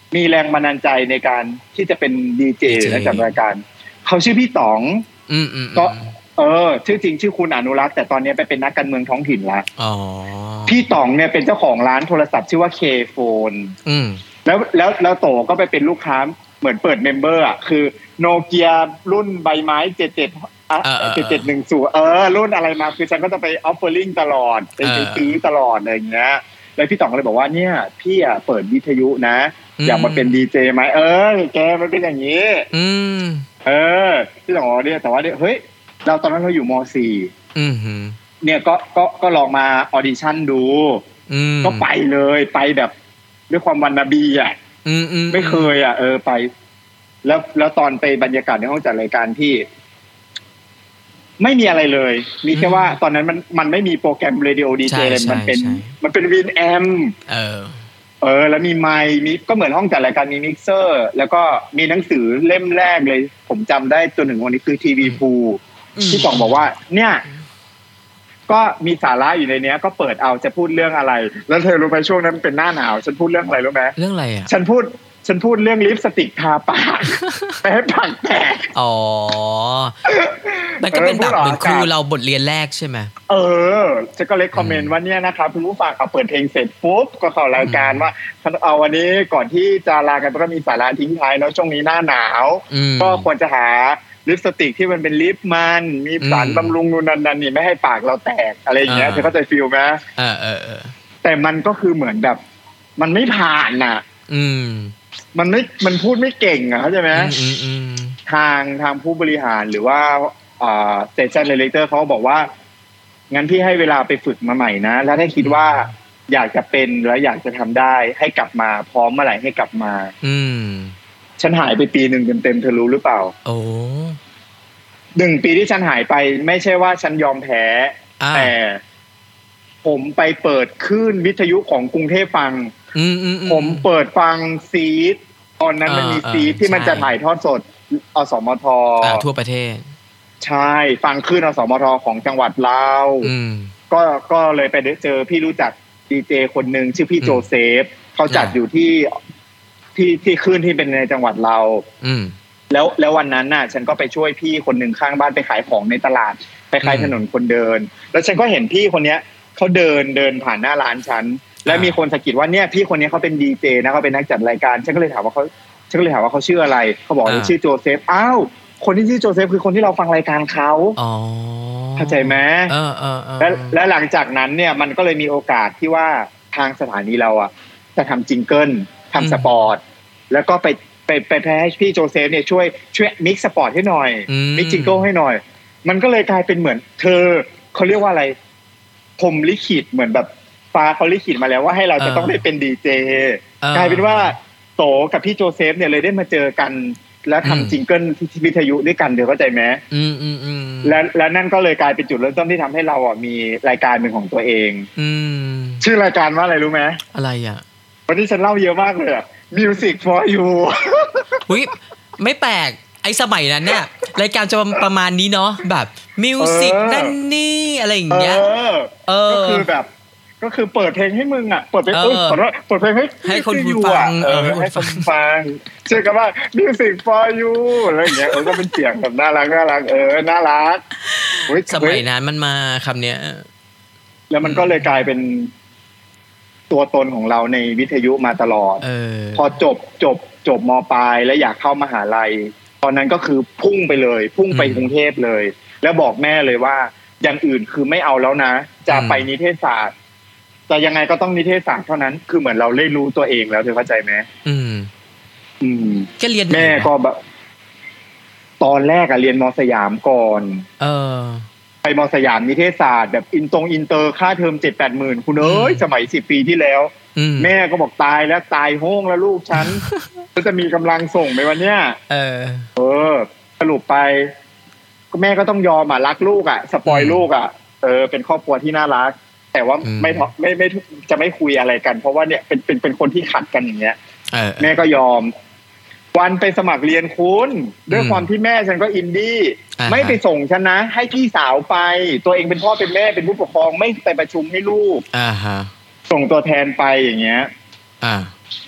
มีแรงบันดาลใจในการที่จะเป็นดีเจและจัดรายการเขาชื่อพี่ต๋องก็เออชื่อจริงชื่อคุณอนุรักษ์แต่ตอนนี้ไปเป็นนักการเมืองท้องถิ่นแล้วอ๋อพี่ต๋องเนี่ยเป็นเจ้าของร้านโทรศัพท์ชื่อว่า K Phone อืมแล้วแล้วแล้วโตก็ไปเป็นลูกค้าเหมือนเปิดเมมเบอร์อ่ะคือโนเกียรุ่นใบไม้เจ็ดเจ็ดอ่ะเจ็ดเจ็ดหนึ่งศูนย์เออรุ่นอะไรมาคือฉันก็จะไปออฟเฟอร์ลิงตลอดไปซื้อตลอดอะไรอย่างเงี้ยแล้วพี่ต๋องก็เลยบอกว่าเนี่ยพี่อ่ะเปิดวิทยุนะอยากมาเป็นดีเจไหมเออแกมันเป็นอย่างนี้อืมเออพี่ต๋องบอกเนี่ยแต่ว่าเฮ้ยเราตอนนั้นเราอยู่ม.สี่อือหือเนี่ยก็ก็ก็ลองมาออดิชั่นดูก็ไปเลยไปแบบด้วยความวันนบีอ่ะไม่เคยอ่ะเออไปแล้วแล้วตอนไปบรรยากาศในห้องจัดรายการที่ไม่มีอะไรเลยมีแค่ว่าตอนนั้นมันมันไม่มีโปรแกรมเรดิโอดีเจเลยมันเป็นมันเป็นวินแอมเออเออแล้วมีไมค์มีก็เหมือนห้องจัดรายการมีมิกเซอร์แล้วก็มีหนังสือเล่มแรกเลยผมจำได้ตัวหนึ่งวันนี้คือทีวีพูที่ป๋องบอกว่าเนี่ยก็มีสาระอยู่ในเนี้ยก็เปิดเอาจะพูดเรื่องอะไรแล้วเธอรู้ไหมช่วงนั้นเป็นหน้าหนาวฉันพูดเรื่องอะไรรู้ไหมเรื่องอะไรอ่ะฉันพูดฉันพูดเรื่องลิปสติกทาปากไปให้ปากแตกอ๋อมันก็เป็นแบบเหมือนครูเราบทเรียนแรกใช่ไหมเออฉันก็เลยคอมเมนต์ว่าเนี่ยนะครับคุณผู้ฟังเอาเปิดเพลงเสร็จปุ๊บก็เข้ารายการว่าเอาวันนี้ก่อนที่จะลากันก็มีสาระทิ้งท้ายเนาะช่วงนี้หน้าหนาวก็ควรจะหาลิปสติกที่มันเป็นลิปมันมีสารบำรุงนู่นนั่นนี่ไม่ให้ปากเราแตกอะไรอย่างเงี้ยเธอเข้าใจฟีลไหมเออเออเออแต่มันก็คือเหมือนแบบมันไม่ผ่านน่ะอืมมันไม่มันพูดไม่เก่งอ่ะเข้าใจไหมทางทางผู้บริหารหรือว่าอ่าสเตชันไดเรคเตอร์เขาบอกว่างั้นพี่ให้เวลาไปฝึกมาใหม่นะแล้วถ้าคิดว่าอยากจะเป็นแล้วอยากจะทำได้ให้กลับมาพร้อมเมื่อไหร่ให้กลับมาอืมฉันหายไปปีหนึ่งเต็มๆเธอรู้หรือเปล่าโอ้หนึ่งปีที่ฉันหายไปไม่ใช่ว่าฉันยอมแพ้แต่ผมไปเปิดคลื่นวิทยุของกรุงเทพฟังผมเปิดฟังซีดตอนนั้นมันมีซีดที่มันจะถ่ายทอดสดอสมททั่วประเทศใช่ฟังคลื่นอสมทของจังหวัดลาวก็ก็เลยไปเจอพี่รู้จักดีเจคนหนึ่งชื่อพี่โจเซฟเขาจัดอยู่ที่ที่ที่คลื่นที่เป็นในจังหวัดเราแล้วแล้ววันนั้นน่ะฉันก็ไปช่วยพี่คนหนึ่งข้างบ้านไปขายของในตลาดไปขายถนนคนเดินแล้วฉันก็เห็นพี่คนเนี้ยเขาเดินเดินผ่านหน้าร้านฉันแล้วมีคนสะกิดว่าเนี่ยพี่คนนี้เขาเป็นดีเจนะเขาเป็นนักจัดรายการฉันก็เลยถามว่าเขาฉันก็เลยถามว่าเขาชื่ออะไรเขาบอกว่าชื่อโจเซฟอ้าวคนที่ชื่อโจเซฟคือคนที่เราฟังรายการเขาอ๋อเข้าใจไหมเออเออแล้วและหลังจากนั้นเนี่ยมันก็เลยมีโอกาสที่ว่าทางสถานีเราอ่ะจะทำจิงเกิลทำสปอร์ตแล้วก็ไปไปไปแพ้ให้พี่โจเซฟเนี่ยช่วยช่วยมิกซ์สปอร์ตให้หน่อยมิกซ์จิงเกิลให้หน่อยมันก็เลยกลายเป็นเหมือนเธอเขาเรียกว่าอะไรพรหมลิขิตเหมือนแบบฟ้าเขาลิขิตมาแล้วว่าให้เราจะต้องได้เป็นดีเจกลายเป็นว่าโตกับพี่โจเซฟเนี่ยเลยได้มาเจอกันแล้วทำจิงเกิลที่วิทยุด้วยกันเดี๋ยวเข้าใจไหมอืมอืมอืมและและนั่นก็เลยกลายเป็นจุดเริ่มต้นที่ทำให้เราอ่ะมีรายการเป็นของตัวเองอืมชื่อรายการว่าอะไรรู้ไหมอะไรอ่ะวันนี้ฉันเล่าเยอะมากเลยอ่ะ Music for you อุ๊ยไม่แปลกไอ้สมัยนั้นเนี่ยรายการจะประมาณนี้เนาะแบบมิวสิกนั่นนี่อะไรอย่างเงี้ยเออก็คือแบบก็คือเปิดเพลงให้มึงอ่ะเปิดเพลงเออเปิดเพลงให้ให้คนฟังเออให้คนฟังเชื่อกันว่า Music for you อะไรอย่างเงี้ยเออก็เป็นเสียงแบบน่ารักน่ารักเออน่ารักสมัยนั้นมันมาคำเนี้ยแล้วมันก็เลยกลายเป็นตัวตนของเราในวิทยุมาตลอดพอจบจบจบม.ปลายแล้วอยากเข้ามหาลัยตอนนั้นก็คือพุ่งไปเลยพุ่งไปกรุงเทพเลยแล้วบอกแม่เลยว่าอย่างอื่นคือไม่เอาแล้วนะจะไปนิเทศศาสตร์แต่ยังไงก็ต้องนิเทศศาสตร์เท่านั้นคือเหมือนเราได้รู้ตัวเองแล้วเธอเข้าใจไหมอืมอืมก็เรียนแม่ก็แบบตอนแรกอะเรียนม.สยามก่อนเออไปม.สยามนิเทศศาสตร์แบบอินตรงอินเตอร์ค่าเทอม เจ็ดแปดหมื่นคุณเอ้ยสมัยสิบปีที่แล้วแม่ก็บอกตายแล้วตายโห้งแล้วลูกฉันก็จะมีกำลังส่งไปวันเนี้ยเออเออสรุปไปก็แม่ก็ต้องยอมอ่ะรักลูกอ่ะสปอยลูกอ่ะเออเป็นครอบครัวที่น่ารักแต่ว่าไม่ไม่ไม่จะไม่คุยอะไรกันเพราะว่าเนี่ยเป็นเป็นเป็นคนที่ขัดกันอย่างเงี้ยแม่ก็ยอมวันไปสมัครเรียนคุณด้วยความที่แม่ฉันก็อินดี้ไม่ไปส่งฉันนะให้พี่สาวไปตัวเองเป็นพ่อเป็นแม่เป็นผู้ปกครองไม่ไปประชุมให้ลูกอ่าฮะส่งตัวแทนไปอย่างเงี้ยอ่า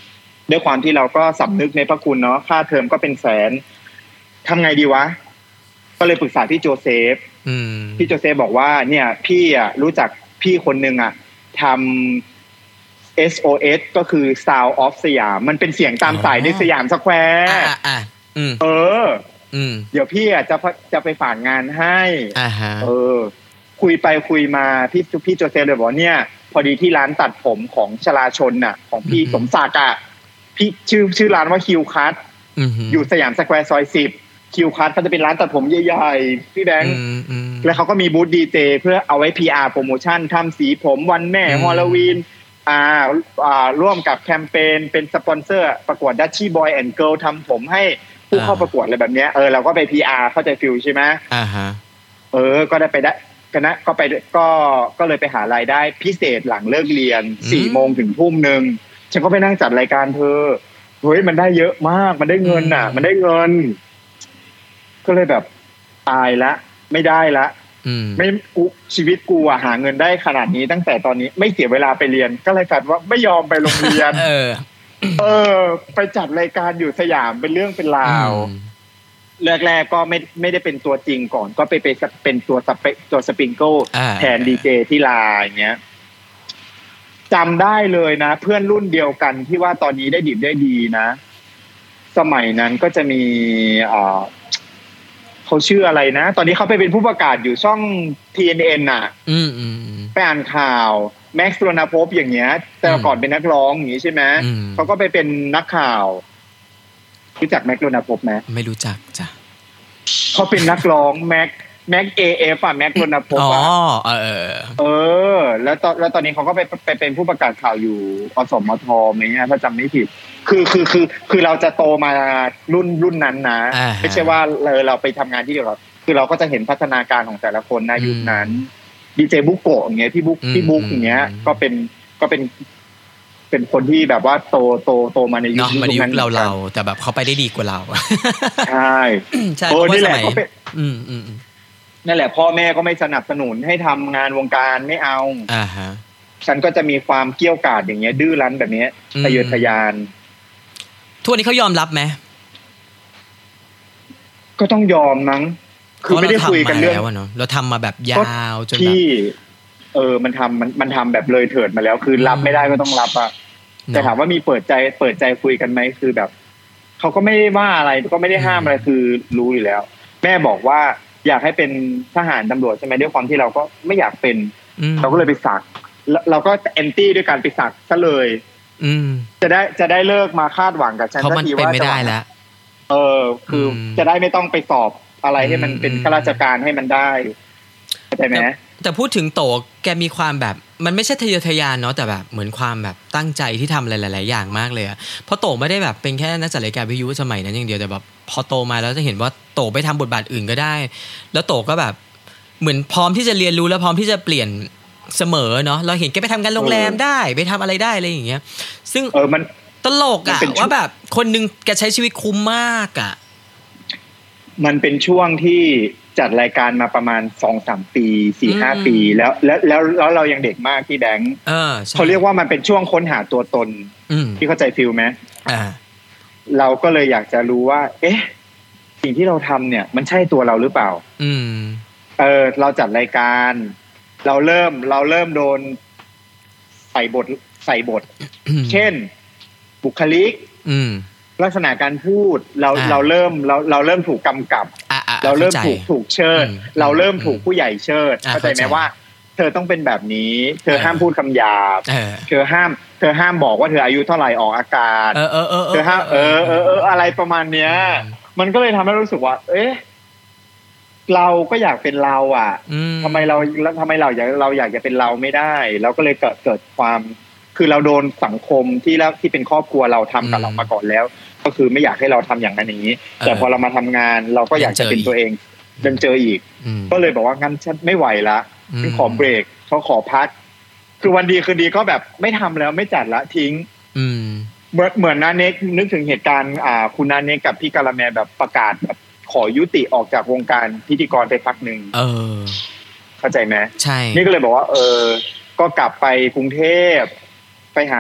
ด้วยความที่เราก็สำนึกในพระคุณเนาะค่าเทอมก็เป็นแสนทำไงดีวะก็เลยปรึกษาพี่โจเซฟพี่โจเซฟบอกว่าเนี่ยพี่อ่ะรู้จักพี่คนนึงอ่ะทำ เอส โอ เอส ก็คือ Sound of สยามมันเป็นเสียงตามสายในสยามสแควร์เออเดี๋ยวพี่อ่ะจะจะไปฝากงานให้เออคุยไปคุยมาพี่พี่โจเซฟเลยบอกเนี่ยพอดีที่ร้านตัดผมของชลาชนน่ะของพี่สมศักดิ์อ่ะพี่ชื่อชื่อร้านว่าคิวคัทอยู่สยามสแควร์ซอยสิบคิวคัทเขาจะเป็นร้านตัดผมใหญ่ๆพี่แบงค์แล้วเขาก็มีบูธดีเจเพื่อเอาไว้ พี อาร์ โปรโมชั่นทำสีผมวันแม่ฮอลโลวีนอ่าอ่าร่วมกับแคมเปญเป็นสปอนเซอร์ประกวด Dutchy Boy and Girl ทำผมให้ผู้เข้าประกวดอะไรแบบเนี้ยเออเราก็ไป พี อาร์ เข้าใจฟิลใช่ไหมอ่าฮะเออก็ได้ไปได้ก็นะก็ไปก็ก็เลยไปหารายได้พิเศษหลังเลิกเรียน สี่โมงถึงทุ่มนึงฉันก็ไปนั่งจัดรายการเธอเฮ้ยมันได้เยอะมากมันได้เงินน่ะมันได้เงินก็เลยแบบตายละไม่ได้ละไม่กูชีวิตกูอะหาเงินได้ขนาดนี้ตั้งแต่ตอนนี้ไม่เสียเวลาไปเรียนก็เลยกลายว่าไม่ยอมไปโรงเรียน เออเออไปจัดรายการอยู่สยามเป็นเรื่องเป็นราวแรกๆก็ไม่ไม่ได้เป็นตัวจริงก่อนก็ไปเป็นเป็นตัวสเปตัวสปริงเกิลแทนดีเจที่ลาอย่างเงี้ยจำได้เลยนะเพื่อนรุ่นเดียวกันที่ว่าตอนนี้ได้ดิบได้ดีนะสมัยนั้นก็จะมีอ่าเขาชื่ออะไรนะตอนนี้เขาไปเป็นผู้ประกาศอยู่ช่อง ที เอ็น เอ็น น่ะไปอ่านข่าวแม็กซ์ รณภพอย่างเงี้ยแต่ก่อนเป็นนักร้องอย่างงี้ใช่ไหมเขาก็ไปเป็นนักข่าวรู้จักแม็กซ์ รณภพไหมไม่รู้จักจ้ะเขาเป็นนักร้องแม็กแม็ก เอ เอฟ อ่ะแม็กซ์ รณภพอ่ะเออเออแล้วตอนแล้วตอนนี้เขาก็ไปไปเป็นผู้ประกาศข่าวอยู่อสมทมั้ยถ้าจำไม่ผิดคือคือคือคือเราจะโตมารุ่นรุ่นนั้นนะไม่ใช่ว่าเราเราไปทำงานที่เดียวกันคือเราก็จะเห็นพัฒนาการของแต่ละคนในยุคนั้นดีเจบุ๊กโกะอย่างเงี้ยพี่บุ๊กพี่บุ๊กอย่างเงี้ยก็เป็นก็เป็นเป็นคนที่แบบว่าโตโตโตมาในยุคนั้นเราเราแต่แบบเขาไปได้ดีกว่าเราใช่ใช่เพราะว่าสมัยอืมอืมนั่นแหละพ่อแม่ก็ไม่สนับสนุนให้ทำงานวงการไม่เอาอ่าฮะฉันก็จะมีความเกี้ยวกาดอย่างเงี้ยดื้อรั้นแบบนี้ทะเยอทะยานทุกวันนี้เขายอมรับไหมก็ต้องยอมมั้งคือไม่ได้คุยกันเรื่องเราทำมาแบบยาวจนแบบที่เออมันทำมันมันทำแบบเลยเถิดมาแล้วคือรับไม่ได้ก็ต้องรับอะแต่ถามว่ามีเปิดใจเปิดใจคุยกันไหมคือแบบเขาก็ไม่ได้ว่าอะไรก็ไม่ได้ห้ามอะไรคือรู้อยู่แล้วแม่บอกว่าอยากให้เป็นทหารตำรวจใช่ไหมด้วยความที่เราก็ไม่อยากเป็นเราก็เลยไปสักเราก็แอนตี้ด้วยการไปสักซะเลยจะได้จะได้เลิกมาคาดหวังกับฉันสักทีว่าจะเออคือจะได้ไม่ต้องไปสอบอะไรให้มันเป็นข้าราชการให้มันได้เข้าใจไหมแต่พูดถึงโตแกมีความแบบมันไม่ใช่ทะเยอทะยานเนาะแต่แบบเหมือนความแบบตั้งใจที่ทำอะไรหลายๆอย่างมากเลยอะเพราะโตไม่ได้แบบเป็นแค่นักจัดรายการวิทยุสมัยนั้นอย่างเดียวแต่แบบพอโตมาแล้วจะเห็นว่าโตไปทำบทบาทอื่นก็ได้แล้วโตก็แบบเหมือนพร้อมที่จะเรียนรู้แล้วพร้อมที่จะเปลี่ยนเสมอเนาะเราเห็นแกไปทำงานโรงแรมได้ไปทำอะไรได้อะไรอย่างเงี้ยซึ่งเออมันตลกอะว่าแบบคนนึงแกใช้ชีวิตคุ้มมากอะมันเป็นช่วงที่จัดรายการมาประมาณ สองถึงสาม ปี สี่ถึงห้า ปีแล้วแล้วแล้วแล้วเรายังเด็กมากพี่แบงค์เออเขาเรียกว่ามันเป็นช่วงค้นหาตัวตนพี่เข้าใจฟีลมั้ยอ่าเราก็เลยอยากจะรู้ว่าเอ๊ะสิ่งที่เราทำเนี่ยมันใช่ตัวเราหรือเปล่าอืมเออเราจัดรายการเราเริ่มเราเริ่มโดนใส่บทใส่บทเช่นบุคลิกลักษณะการพูดเราเราเริ่มเราเราเริ่มถูกกำกับเราเริ่มถูกถูกเชิดเราเริ่มถูกผู้ใหญ่เชิดเข้าใจไหมว่าเธอต้องเป็นแบบนี้เธอห้ามพูดคำหยาบเธอห้ามเธอห้ามบอกว่าเธออายุเท่าไหร่ออกอากาศเธอห้ามเออเออเอออะไรประมาณเนี้ยมันก็เลยทำให้รู้สึกว่าเอ๊ะเราก็อยากเป็นเราอ่ะทำไมเราทำไมเราอยากเราอยากจะเป็นเราไม่ได้เราก็เลยเกิดเกิดความคือเราโดนสังคมที่แล้วที่เป็นครอบครัวเราทำกับเรามาก่อนแล้วก็คือไม่อยากให้เราทำอย่างนั้นอย่างนี้แต่พอเรามาทำงานเราก็อยากจะเป็นตัวเองเดินเจออีกก็เลยบอกว่างั้นฉันไม่ไหวละฉันขอเบรกเขาขอพักคือวันดีคืนดีก็แบบไม่ทำแล้วไม่จัดละทิ้งเหมือนเหมือนนาเน็กนึกถึงเหตุการณ์อ่าคุณนาเน็กกับพี่กาละแมแบบประกาศแบบขอยุติออกจากวงการพิธีกรไปพักนึงเออเข้าใจไหมใช่นี่ก็เลยบอกว่าเออก็กลับไปกรุงเทพไปหา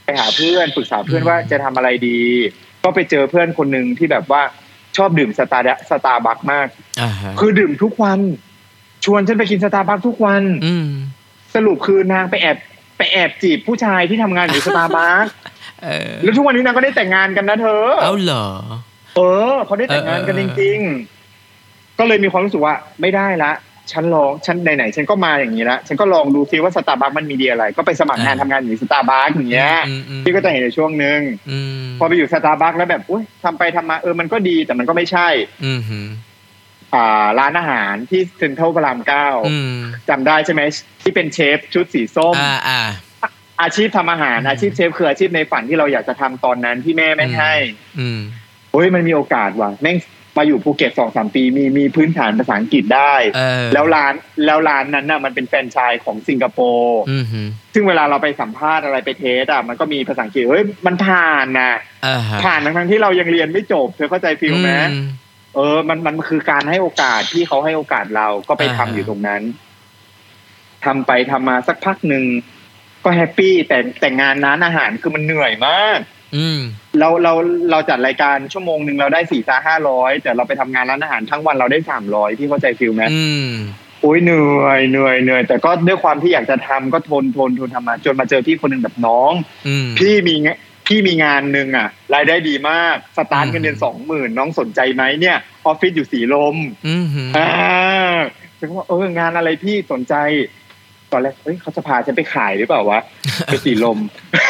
ไปหาเพื่อนปรึกษาเพื่อนว่าจะทำอะไรดีก็ไปเจอเพื่อนคนนึงที่แบบว่าชอบดื่มสตาร์สตาร์บัคมากคือดื่มทุกวันชวนฉันไปกินสตาร์บัคทุกวันสรุปคือนางไปแอบไปแอบจีบผู้ชายที่ทำงานอยู่สตาร์บัคแล้วทุกวันนี้นางก็ได้แต่งงานกันนะเธอเอาเหรอเออเขาได้แต่งงานกันจริงๆก็เลยมีความรู้สึกว่าไม่ได้ละฉันลองฉันไหนๆฉันก็มาอย่างนี้ละฉันก็ลองดูซิว่าสตาร์บัคมันมีดีอะไรก็ไปสมัครงานทำงานอยู่สตาร์บัคอย่างเงี้ยพี่ก็จะเห็นในช่วงนึงพอไปอยู่สตาร์บัคแล้วแบบอุ้ยทำไปทำมาเออมันก็ดีแต่มันก็ไม่ใช่อ่าร้านอาหารที่เซ็นทรัลพระรามเก้าจำได้ใช่ไหมที่เป็นเชฟชุดสีส้มอาชีพทำอาหารอาชีพเชฟคืออาชีพในฝันที่เราอยากจะทำตอนนั้นที่แม่ไม่ให้โอ้ยมันมีโอกาสว่ะแม่งมาอยู่ภูเก็ต สองถึงสาม ปีมีมีพื้นฐานภาษาอังกฤษได้แล้วร้านแล้วร้านนั้นน่ะมันเป็นแฟรนไชส์ของสิงคโปร์ซึ่งเวลาเราไปสัมภาษณ์อะไรไปเทสอ่ะมันก็มีภาษาอังกฤษเฮ้ยมันผ่านน่ะผ่านทั้งๆที่เรายังเรียนไม่จบเธอเข้าใจฟีลไหมเออมันมันคือการให้โอกาสที่เขาให้โอกาสเราก็ไปทำอยู่ตรงนั้นทำไปทำมาสักพักนึงก็แฮปปี้แต่แต่งานร้านอาหารคือมันเหนื่อยมากเราเราเราจัดรายการชั่วโมงนึงเราได้ สี่ถึงห้าร้อย แต่เราไปทำงานร้านอาหารทั้งวันเราได้สามร้อยพี่เข้าใจฟีลมั้ยโอ๊ยเหนื่อยเหนื่อยเหนื่อยแต่ก็ด้วยความที่อยากจะทำก็ทนทนทนทำมาจนมาเจอพี่คนนึงแบบน้องพี่มีพี่มีงานนึงอ่ะรายได้ดีมากสตาร์ทเงินเดือน สองหมื่น น้องสนใจมั้ยเนี่ยออฟฟิศอยู่สีลมอ่าฉันก็ว่าเอองานอะไรพี่สนใจตอนแรกเฮ้ยเขาจะพาฉันไปขายหรือเปล่าวะไปสีลม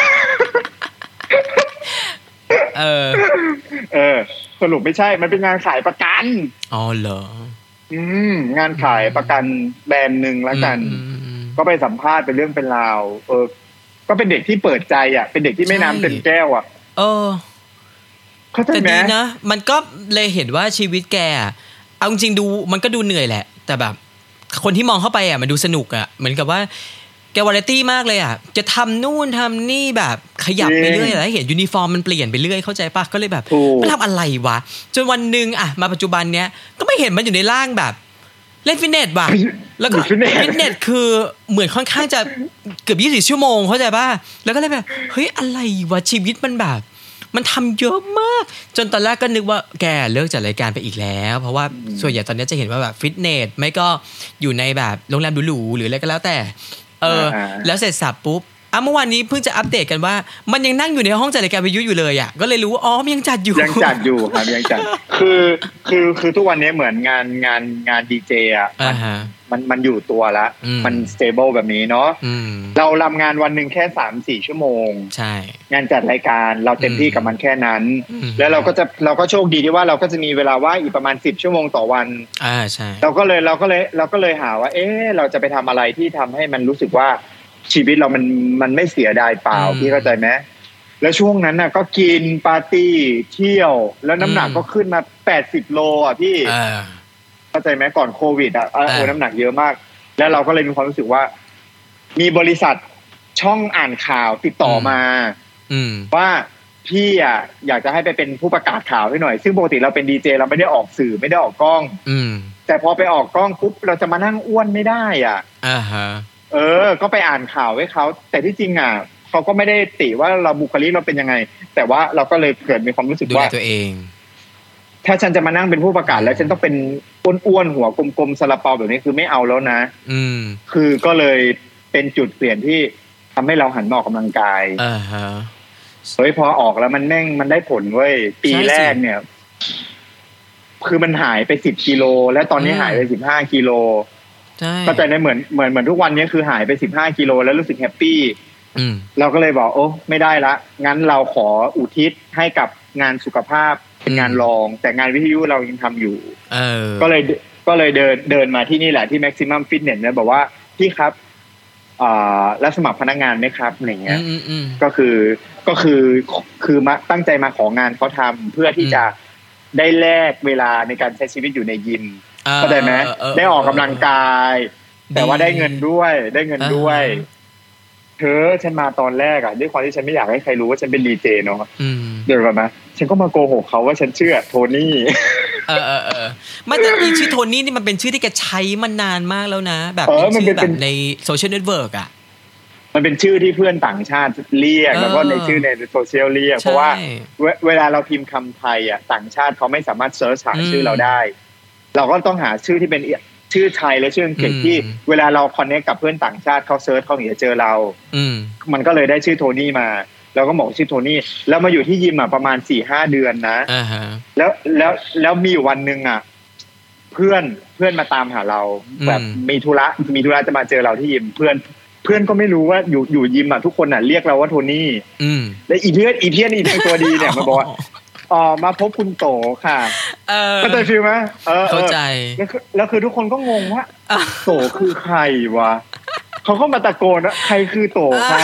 เออเออสรุปไม่ใช่มันเป็นงานขายประกันอ๋อเหรออืมงานขายประกันแบรนด์นึงแล้วกันก็ไปสัมภาษณ์เป็นเรื่องเป็นราวเออก็เป็นเด็กที่เปิดใจอ่ะเป็นเด็กที่ไม่น้ำเต็มแก้วอ่ะเออเข้าใจมั้ยแต่ดีนะมันก็เลยเห็นว่าชีวิตแกเอาจริงๆดูมันก็ดูเหนื่อยแหละแต่แบบคนที่มองเข้าไปอ่ะมันดูสนุกอ่ะเหมือนกับว่าแกวาไรตี้มากเลยอ่ะจะทำนู่นทำนี่แบบขยับไปเรื่อยแล้วเห็นยูนิฟอร์มมันเปลี่ยนไปเรื่อยเข้าใจป่ะก็เลยแบบมันทำอะไรวะจนวันนึงอ่ะมาปัจจุบันเนี้ยก็ไม่เห็นมันอยู่ในร่างแบบเล่นฟิตเนสว่ะแล้วก็ฟิตเนสคือเหมือนค่อนข้างจะเกือบยี่สิบสี่ชั่วโมงเข้าใจป่ะแล้วก็เลยแบบเฮ้ยอะไรวะชีวิตมันแบบมันทำเยอะมากจนตอนแรกก็นึกว่าแกเลิกจัดรายการไปอีกแล้วเพราะว่าส่วนใหญ่ตอนนี้จะเห็นว่าแบบฟิตเนสไม่ก็อยู่ในแบบโรงแรมหรูๆหรืออะไรก็แล้วแต่เออแล้วเสร็จสับปุ๊บอ่ะเมื่อวานนี้เพิ่งจะอัปเดตกันว่ามันยังนั่งอยู่ในห้องจัดรายการวิทยุอยู่เลยอ่ะก็เลยรู้ว่าอ๋อยังจัดอยู่ยังจัดอยู่ครับยังจัดคือคือคือทุกวันนี้เหมือนงานงานงานดีเจอ่ะมันมันอยู่ตัวละมันสเตเบิลแบบนี้เนาะเราทำงานวันนึงแค่ สามถึงสี่ ชั่วโมงใช่งานจัดรายการเราเต็มที่กับมันแค่นั้นแล้วเราก็จะเราก็โชคดีที่ว่าเราก็จะมีเวลาว่างอีกประมาณสิบชั่วโมงต่อวันอ่าใช่เราก็เลยเราก็เลยเราก็เลยหาว่าเอ๊ะเราจะไปทำอะไรที่ทำให้มันรู้สึกว่าชีวิตเรามันมันไม่เสียดายเปล่าพี่เข้าใจไหมแล้วช่วงนั้นน่ะก็กินปาร์ตี้เที่ยวแล้วน้ำหนักก็ขึ้นมาแปดสิบโลอ่ะพี่เข้าใจไหมก่อนโควิดอ่ะโอ้น้ำหนักเยอะมากแล้วเราก็เลยมีความรู้สึกว่ามีบริษัทช่องอ่านข่าวติดต่อมาว่าพี่อ่ะอยากจะให้ไปเป็นผู้ประกาศข่าวให้หน่อยซึ่งปกติเราเป็นดีเจเราไม่ได้ออกสื่อไม่ได้ออกกล้องแต่พอไปออกกล้องปุ๊บเราจะมานั่งอ้วนไม่ได้อ่ะอ่าฮะเออก็ไปอ่านข่าวให้เขาแต่ที่จริงอ่ะเขาก็ไม่ได้ติว่าเราบุคลิกเราเป็นยังไงแต่ว่าเราก็เลยเกิดมีความรู้สึกว่าดูแลตัวเองถ้าฉันจะมานั่งเป็นผู้ประกาศแล้วฉันต้องเป็นอ้วนๆหัวกลมๆซาลาเปาแบบนี้คือไม่เอาแล้วนะอืมคือก็เลยเป็นจุดเปลี่ยนที่ทำให้เราหันมาออกกำลังกายอ่าฮะเฮ้ยพอออกแล้วมันแม่งมันได้ผลเว้ยปีแรกเนี่ยคือมันหายไปสิบกิโลแล้วตอนนี้หายไปสิบห้ากิโลเข้าใจได้เหมือนเหมือนเหมือนทุกวันนี้คือหายไปสิบห้ากิโลแล้วรู้สึกแฮปปี้เราก็เลยบอกโอ้ไม่ได้ละงั้นเราขออุทิศให้กับงานสุขภาพเป็นงานรองแต่งานวิทยุเรายังทำอยู่ก็เลยก็เลยเดินเดินมาที่นี่แหละที่ Maximum Fitness แล้วบอกว่าพี่ครับอ่ารับสมัครพนักงานไหมครับอะไรเงี้ยก็คือก็คือคือมาตั้งใจมาของานเขาทำเพื่อที่จะได้แลกเวลาในการใช้ชีวิตอยู่ในยิมเข้าใจไหมได้ออกกำลังกายแต่ว่าได้เงินด้วยได้เงินด้วยเธอฉันมาตอนแรกอ่ะด้วยความที่ฉันไม่อยากให้ใครรู้ว่าฉันเป็นดีเจเนาะเดี๋ยวก่อนนะฉันก็มาโกหกเขาว่าฉันชื่อโทนี่เออเออเออไม่แต่อีชื่อโทนี่นี่มันเป็นชื่อที่แกใช้มานานมากแล้วนะแบบเป็นชื่อแบบในโซเชียลเน็ตเวิร์กอ่ะเมันเป็นชื่อที่เพื่อนต่างชาติเรียกแล้วก็ในชื่อในโซเชียลเรียกเพราะว่าเวลาเราพิมพ์คำไทยอ่ะต่างชาติเขาไม่สามารถเซิร์ชหาชื่อเราได้เราก็ต้องหาชื่อที่เป็นชื่อไทยและชื่ออังกฤษที่เวลาเราคอนเนคกับเพื่อนต่างชาติเขาเซิร์ชเขาถึงจะเจอเรามันก็เลยได้ชื่อโทนี่มาเราก็บอกชื่อโทนี่แล้วมาอยู่ที่ยิมอ่ะประมาณ สี่ห้า เดือนนะแล้วแล้วแล้วมีอยู่วันนึงอ่ะเพื่อนเพื่อนมาตามหาเราแบบมีธุระมีธุระจะมาเจอเราที่ยิมเพื่อนเพื่อนก็ไม่รู้ว่าอยู่อยู่ยิมอ่ะทุกคนอ่ะเรียกเราว่าโทนี่แล้วอีเพื่อนอีเพื่อนอีเพื่อนตัวดีเนี่ยมันบอกว่าอ๋อมาพบคุณโตค่ะเข้าใจฟีลไหมเข้าใจแล้วคือทุกคนก็งงว่าโตคือใครวะเขาก็มาตะโกนว่าใครคือโตคะ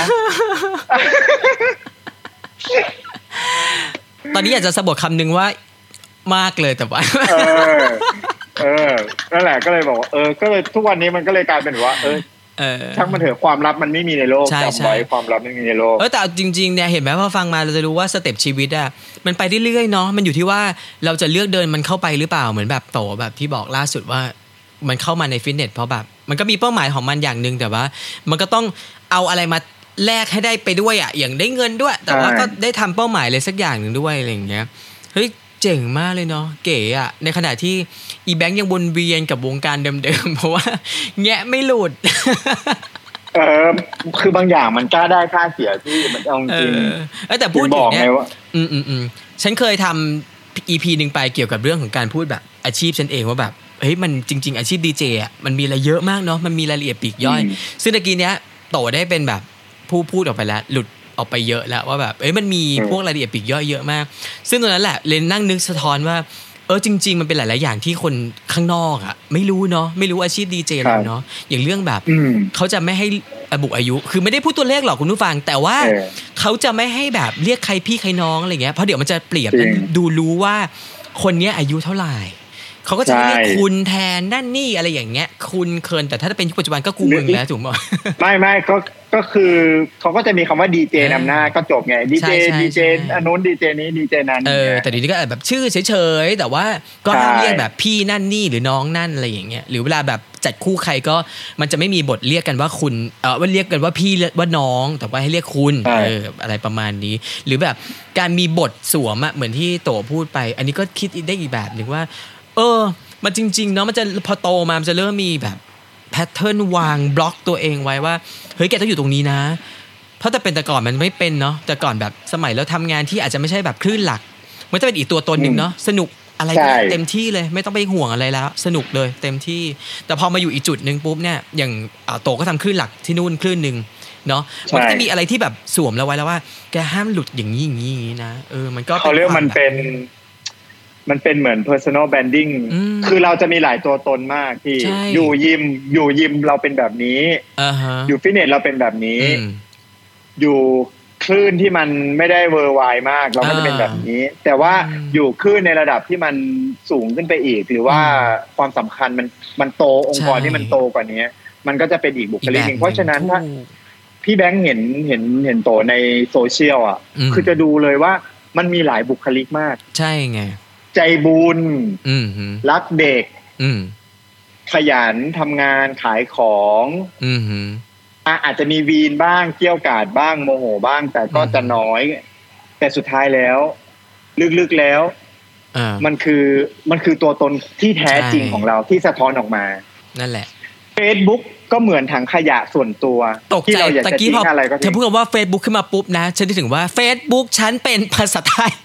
ตอนนี้อยากจะสะบัดคำนึงว่ามากเลยแต่ว่าเออเออนั่นแหละก็เลยบอกว่าเออก็เลยทุกวันนี้มันก็เลยกลายเป็นว่าเออช่างมันเถอะความลับมันไม่มีในโลกจำไว้ความลับไม่มีในโลกเออแต่จริงๆเนี่ยเห็นไหมพอฟังมาเราจะรู้ว่าสเต็ปชีวิตอ่ะมันไปเรื่อยๆเนาะมันอยู่ที่ว่าเราจะเลือกเดินมันเข้าไปหรือเปล่าเหมือนแบบโตแบบที่บอกล่าสุดว่ามันเข้ามาในฟิตเนสเพราะแบบมันก็มีเป้าหมายของมันอย่างนึงแต่ว่ามันก็ต้องเอาอะไรมาแลกให้ได้ไปด้วยอ่ะอย่างได้เงินด้วยแต่ว่าก็ได้ทำเป้าหมายอะไรสักอย่างนึงด้วยอะไรอย่างเงี้ยเฮ้ยเจ๋งมากเลยเนาะเก๋อ่ะในขณะที่อีแบงค์ยังวนเวียนกับวงการเดิมๆเพราะว่าแงะไม่หลุดเออคือบางอย่างมันกล้าได้ค่าเสียที่มันเอาจริงเออแต่พูดถึงเนี่ยอืมอืมอืมฉันเคยทำ อี พี นึงไปเกี่ยวกับเรื่องของการพูดแบบอาชีพฉันเองว่าแบบเฮ้ยมันจริงๆอาชีพดีเจอ่ะมันมีอะไรเยอะมากเนาะมันมีรายละเอียดปลีกย่อยซึ่งตะกี้เนี้ยโตได้เป็นแบบผู้พูดออกไปแล้วหลุดออกไปเยอะแล้วว่าแบบเอ้ยมันมีพวกรายละเอียดปลีกย่อยเยอะมากซึ่งตรงนั้นแหละเลยนั่งนึกสะท้อนว่าเออจริงๆมันเป็นหลายๆอย่างที่คนข้างนอกอ่ะไม่รู้เนาะไม่รู้อาชีพดีเจเราเนาะอย่างเรื่องแบบเขาจะไม่ให้ระบุอายุคือไม่ได้พูดตัวเลขหรอกคุณผู้ฟังแต่ว่าเขาจะไม่ให้แบบเรียกใครพี่ใครน้องอะไรเงี้ยเพราะเดี๋ยวมันจะเปรียบดูรู้ว่าคนนี้อายุเท่าไหร่เขาก็จะเรียกคุณแทนนั่นนี่อะไรอย่างเงี้ยคุณเคินแต่ถ้าเป็นยุคปัจจุบันก็กูมึงแล้วถูกมั้ยไม่ไม่ก็ก็คือเขาก็จะมีคำว่าดีเจนำหน้าก็จบไงดีเจดีเจอันนู้นดีเจนี้ดีเจนั้นเออแต่เดี๋ยวนี้ก็แบบชื่อเฉยๆแต่ว่าก็ห้ามเรียกแบบพี่นั่นนี่หรือน้องนั่นอะไรอย่างเงี้ยหรือเวลาแบบจัดคู่ใครก็มันจะไม่มีบทเรียกกันว่าคุณเออว่าเรียกกันว่าพี่ว่าน้องแต่ว่าให้เรียกคุณเอออะไรประมาณนี้หรือแบบการมีบทสวมอะเหมือนที่โตพูดไปอันนี้ก็คิดได้อีกแบบนึงว่าเออมันจริงๆเนาะมันจะพอโตมามันจะเริ่มมีแบบแพทเทิร์นวางบล็อกตัวเองไว้ว่าเฮ้ยแกต้องอยู่ตรงนี้นะเพราะแต่เป็นแต่ก่อนมันไม่เป็นเนาะแต่ก่อนแบบสมัยเราทำงานที่อาจจะไม่ใช่แบบคลื่นหลักมันจะเป็นอีกตัวตนนึงเนาะสนุกอะไรเต็มที่เลยไม่ต้องไปห่วงอะไรแล้วสนุกเลยเต็มที่แต่พอมาอยู่อีกจุดนึงปุ๊บเนี่ยอย่างโตก็ทำคลื่นหลักที่นู่นคลื่นนึงเนาะมันจะมีอะไรที่แบบสวมเราไว้แล้วว่าแกห้ามหลุดอย่างนี้อย่างนี้อย่างนี้นะเออมันก็เขาเรียกมันเป็นมันเป็นเหมือน personal branding คือเราจะมีหลายตัวตนมากที่อยู่ยิมอยู่ยิมเราเป็นแบบนี้ uh-huh. อยู่ฟิตเนสเราเป็นแบบนี้อยู่คลื่นที่มันไม่ได้เวอร์ไวมากเราก็จะเป็นแบบนี้แต่ว่าอยู่คลื่นในระดับที่มันสูงขึ้นไปอีกหรือว่าความสำคัญมันมันโตองค์กรที่มันโตกว่านี้มันก็จะเป็นอีกบุคลิกนึงเพราะฉะนั้นถ้าพี่แบงค์เห็นเห็นเห็นโตในโซเชียลอ่ะคือจะดูเลยว่ามันมีหลายบุคลิกมากใช่ไงใจบุญรักเด็กขยันทำงานขายของอ่ะอาจจะมีวีนบ้างเกี่ยวกาดบ้างโมโหบ้างแต่ก็จะน้อยแต่สุดท้ายแล้วลึกๆแล้วมันคือมันคือตัวตนที่แท้จริงของเราที่สะท้อนออกมานั่นแหละ Facebook ก็เหมือนถังขยะส่วนตัวที่เราอยากจะทิ้งอะไรก็เธอพูดว่า Facebook ขึ้นมาปุ๊บนะฉันนึกถึงว่า Facebook ฉันเป็นภาษาไทย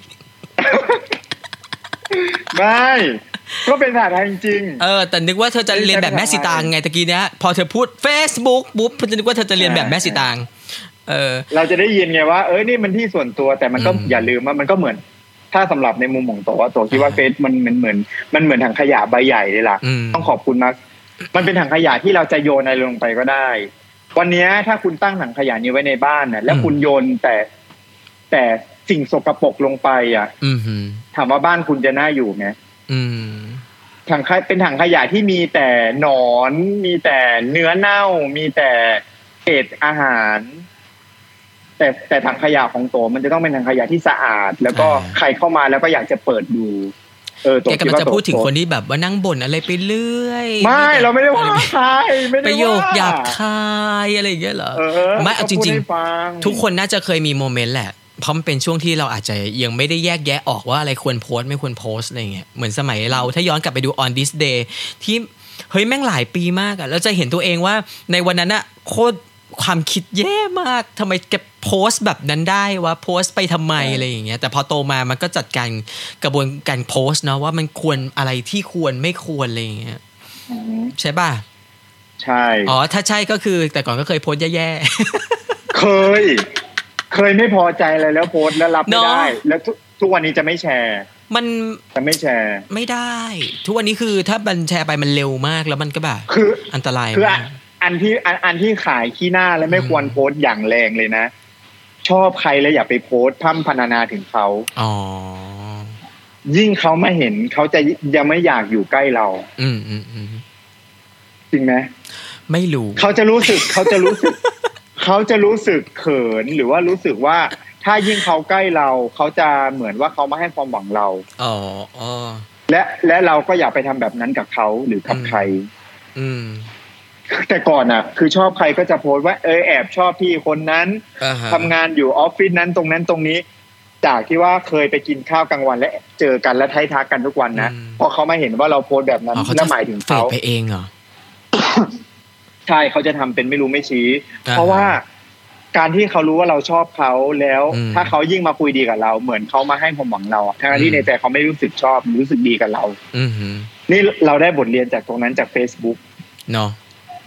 ไม่ก็เป็นภาษาไทยจริงเออแต่นึกว่าเธอจะเรียนแบบแม่สีตางไงตะกี้เนี้ยพอเธอพูด Facebook ปุ๊บฉันนึกว่าเธอจะเรียนแบบแม่สีตางเออเราจะได้ยินไงว่าเอ้ยนี่มันที่ส่วนตัวแต่มันก็อย่าลืมว่ามันก็เหมือนถ้าสำหรับในมุมของโตว่าโตคิดว่าเฟซมันเหมือนมันเหมือนถังขยะใบใหญ่เลยล่ะต้องขอบคุณมากมันเป็นถังขยะที่เราจะโยนอะไรลงไปก็ได้วันนี้ถ้าคุณตั้งถังขยะนี้ไว้ในบ้านน่ะแล้วคุณโยนแต่แต่สิ่งสกปรกลงไปอ่ะถามว่าบ้านคุณจะน่าอยู่ไหมถังขยะเป็นถังขยะที่มีแต่หนอนมีแต่เนื้อเน่ามีแต่เศษอาหารแต่แต่ถังขยะของโตมันจะต้องเป็นถังขยะที่สะอาดแล้วก็ใครเข้ามาแล้วก็อยากจะเปิดดูเอแกกำลังจะพูดถึงคนที่แบบว่านั่งบ่นอะไรไปเรื่อยไม่เราไม่ได้ว่าใครไม่ได้ว่าประโยคหยาบคายอะไรอย่างเงี้ยเหรอไม่เอาจริงๆทุกคนน่าจะเคยมีโมเมนต์แหละเพราะมันเป็นช่วงที่เราอาจจะยังไม่ได้แยกแยะออกว่าอะไรควรโพสต์ไม่ควรโพสต์อะไรเงี้ยเหมือนสมัยเราถ้าย้อนกลับไปดู on this day ที่เฮ้ยแม่งหลายปีมากอะแล้วจะเห็นตัวเองว่าในวันนั้นอะโคตรความคิดแย่มากทำไมแกโพสต์แบบนั้นได้วะโพสต์ไปทำไมอะไรอย่างเงี้ยแต่พอโตมามันก็จัดการกระบวนการโพสต์เนาะว่ามันควรอะไรที่ควรไม่ควรอะไรอย่างเงี้ยใช่ป่ะใช่อ๋อถ้าใช่ก็คือแต่ก่อนก็เคยโพสต์แย่ๆเคยเคยไม่พอใจอะไรแล้วโพสต์แล้วรับไม่ได้แล้วทุกวันนี้จะไม่แชร์มันจะไม่แชร์ไม่ได้ทุกวันนี้คือถ้ามันแชร์ไปมันเร็วมากแล้วมันก็แบบคืออันตรายคืออันที่อันอันที่ขายขี้หน้าและไม่ควรโพสต์อย่างแรงเลยนะชอบใครแล้วอย่าไปโพสต์พร่ำพรรณนาถึงเขาอ๋อยิ่งเขามาเห็นเขาจะยังไม่อยากอยู่ใกล้เราอืมอืมอืมจริงไหมไม่รู้เขาจะรู้สึกเขาจะรู้สึกเขาจะรู้สึกเขินหรือว่ารู้สึกว่าถ้ายิ่งเขาใกล้เราเขาจะเหมือนว่าเขามาให้ความหวังเราอ๋ออ๋อและและเราก็อย่าไปทำแบบนั้นกับเขาหรือกับใครอืมแต่ก่อนอ่ะคือชอบใครก็จะโพสต์ว่าเออแอบชอบพี่คนนั้น uh-huh. ทำงานอยู่ออฟฟิศนั้นตรงนั้นตรงนี้จากที่ว่าเคยไปกินข้าวกลางวันและเจอกันและไททักกันทุกวันนะพอเขามาเห็นว่าเราโพสต์แบบนั้นแล้วหมายถึงเขาไปเองเหรอใช่เขาจะทำเป็นไม่รู้ไม่ชี้ uh-huh. เพราะว่าการที่เขารู้ว่าเราชอบเขาแล้วถ้าเขายิ่งมาคุยดีกับเราเหมือนเขามาให้ความหวังเราทั้งที่ในใจเขาไม่รู้สึกชอบรู้สึกดีกับเรานี่เราได้บทเรียนจากตรงนั้นจาก Facebook เนาะ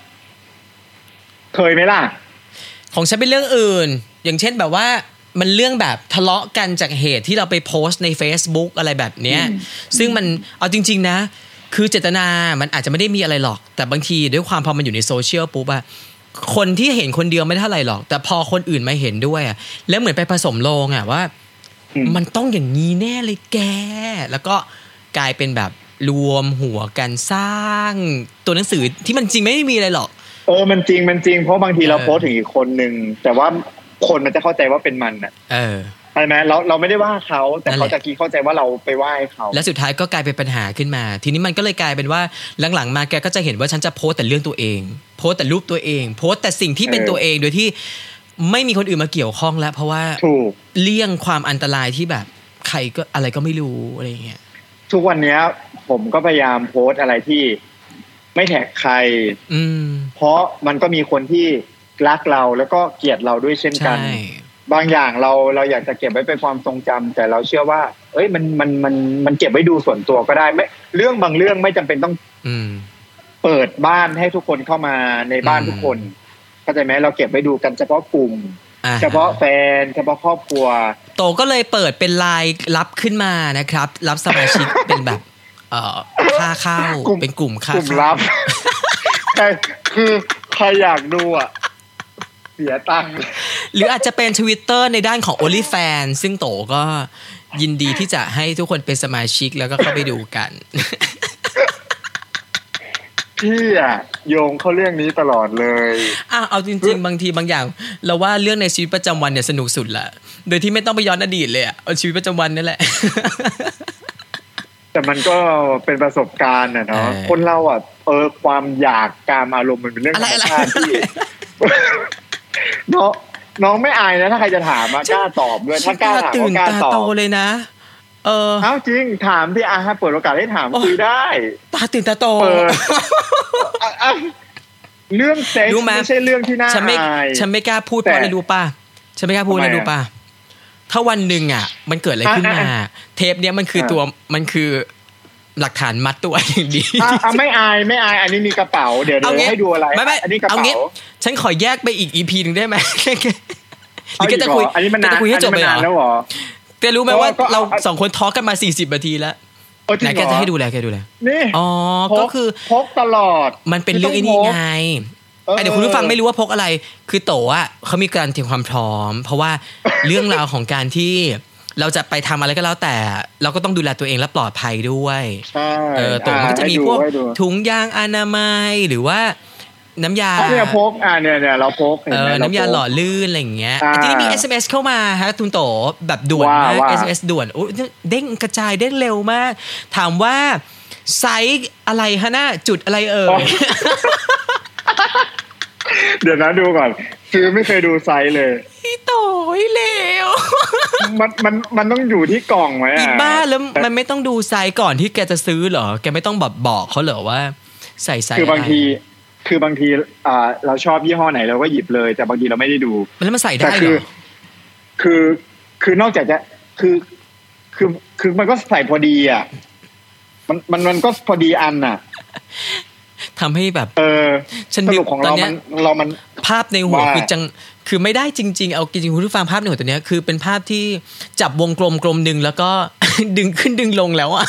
เคยไหมล่ะของฉันเป็นเรื่องอื่นอย่างเช่นแบบว่ามันเรื่องแบบทะเลาะกันจากเหตุที่เราไปโพสต์ใน Facebook อะไรแบบเนี้ยซึ่งมันเอาจริงๆนะคือเจตนามันอาจจะไม่ได้มีอะไรหรอกแต่บางทีด้วยความพอมันอยู่ในโซเชียลปุ๊บอะคนที่เห็นคนเดียวไม่เท่าไหร่หรอกแต่พอคนอื่นมาเห็นด้วยอะแล้วเหมือนไปผสมโลงอะว่ามันต้องอย่างนี้แน่เลยแกแล้วก็กลายเป็นแบบรวมหัวกันสร้างตัวหนังสือที่มันจริงไม่ได้มีอะไรหรอกเออมันจริงมันจริงเพราะบางทีเราโพสถึงอีกคนนึงแต่ว่าคนมันจะเข้าใจว่าเป็นมันน่ะเออใช่ไหมเราเราไม่ได้ว่าเขาแต่เขาจะคิดเข้าใจว่าเราไปว่าเขาแล้วสุดท้ายก็กลายเป็นปัญหาขึ้นมาทีนี้มันก็เลยกลายเป็นว่าหลังๆมาแกก็จะเห็นว่าฉันจะโพสแต่เรื่องตัวเองโพสแต่รูปตัวเองโพสแต่สิ่งที่เป็นตัวเองโดยที่ไม่มีคนอื่นมาเกี่ยวข้องแล้วเพราะว่าเลี่ยงความอันตรายที่แบบใครก็อะไรก็ไม่รู้อะไรอย่างเงี้ยทุกวันนี้ผมก็พยายามโพสอะไรที่ไม่แท็กใครเพราะมันก็มีคนที่รักเราแล้วก็เกลียดเราด้วยเช่นกันบางอย่างเราเราอยากจะเก็บไว้เป็นความทรงจำแต่เราเชื่อว่าเอ้ยมันมันมันมันเก็บไว้ดูส่วนตัวก็ได้ไม่เรื่องบางเรื่องไม่จำเป็นต้องเปิดบ้านให้ทุกคนเข้ามาในบ้านทุกคนเข้าใจไหมเราเก็บไว้ดูกันเฉพาะกลุ่มเฉพาะแฟนเฉพาะครอบครัวโตก็เลยเปิดเป็นไลน์รับขึ้นมานะครับรับสมาชิกเป็นแบบเอ่อค่าเข้าเป็นกลุ่มค่ากลุ่มลับใช่คือใครอยากดูอ่ะเสียตังค์หรืออาจจะเป็น Twitter ในด้านของ OnlyFans ซึ่งโตก็ยินดีที่จะให้ทุกคนเป็นสมาชิกแล้วก็เข้าไปดูกันพี่อ่ะโยงเข้าเรื่องนี้ตลอดเลยอ่ะเอาจริงๆบางทีบางอย่างเราว่าเรื่องในชีวิตประจำวันเนี่ยสนุกสุดละโดยที่ไม่ต้องไปย้อนอดีตเลยอ่ะเอาชีวิตประจำวันนี่แหละแต่มันก็เป็นประสบการณ์อ่ะเนาะคนเราอ่ะเออความอยากการอารมณ์มันเป็นเรื่องธรรมชาติที่น้องน้องไม่อายนะถ้าใครจะถามอ่ะกล้าตอบด้วยถ้ากล้าถามก็กล้าตอบโตเลยนะเออเอ้าจริงถามที่อาฮะเปิดโอกาสให้ถามคุยได้ตาตื่นตาโตเรื่องเซ็กซ์ไม่ใช่เรื่องที่น่าอายฉันไม่กล้าพูดเพราะอะไรรู้ป่ะฉันไม่กล้าพูดอะไรรู้ป่ะถ้าวันหนึ่งอ่ะมันเกิดอะไรขึ้นมาเทปเนี้ยมันคือตัวมันคือหลักฐานมัดตัวอย่างดีอ่ะไม่อายไม่อายอันนี้มีกระเป๋าเดี๋ยวเดี๋ยวให้ดูอะไรอันนี้กระเป๋าฉันขอแยกไปอีก อี พี นึงได้ไหมหรือแกจะคุยอันนี้มันนานคุยให้จบไปแล้วเหรอแกรู้ไหมว่าเราสองคนทอล์กกันมาสี่สิบนาทีแล้วไหนแกจะให้ดูแลแกดูแลนี่อ๋อก็คือพกตลอดมันเป็นเรื่องไอ้นี่ไงเดี๋ยวคุณผู้ฟังไม่รู้ว่าพกอะไรคือโตอ่ะเขามีการเตรียมความพร้อมเพราะว่าเรื่องราวของการที่เราจะไปทำอะไรก็แล้วแต่เราก็ต้องดูแลตัวเองและปลอดภัยด้วยใช่เออโตมันก็จะมีพวกถุงยางอนามัยหรือว่าน้ำยาเนี่ยพกอ่าเนี่ยเนี่ยเราพกเออน้ำยาหล่อลื่นอะไรอย่างเงี้ยทีนี้มี เอส เอ็ม เอส เข้ามาฮะคุณโตแบบด่วนมาก เอส เอ็ม เอส ด่วนโอ้เด้งกระจายเด้งเร็วมากถามว่าไซส์อะไรฮะน่าจุดอะไรเอ่ยเดี๋ยวนะดูก่อนคือไม่เคยดูไซส์เลยพี่โตยเลวมันมันมันต้องอยู่ที่กล่องไหมอ่ะอีบ้าแล้วมันไม่ต้องดูไซส์ก่อนที่แกจะซื้อเหรอแกไม่ต้องแบบบอกเขาเหรอว่าใส่ไซส์คือบางทีคือบางทีอ่าเราชอบยี่ห้อไหนเราก็หยิบเลยแต่บางทีเราไม่ได้ดูแล้วมันใส่ได้เหรอคือคือนอกจากจะคือคือคือมันก็ใส่พอดีอ่ะมันมันมันก็พอดีอันน่ะทำให้แบบเออฉันสรุปของเรามันเรามันภาพในหัวคือจังคือไม่ได้จริงๆเอาจริงๆคุณผู้ฟังภาพในหัวตัวเนี้ยคือเป็นภาพที่จับวงกลมกลมนึงแล้วก็ดึงขึ้นดึงลงแล้วอ่ะ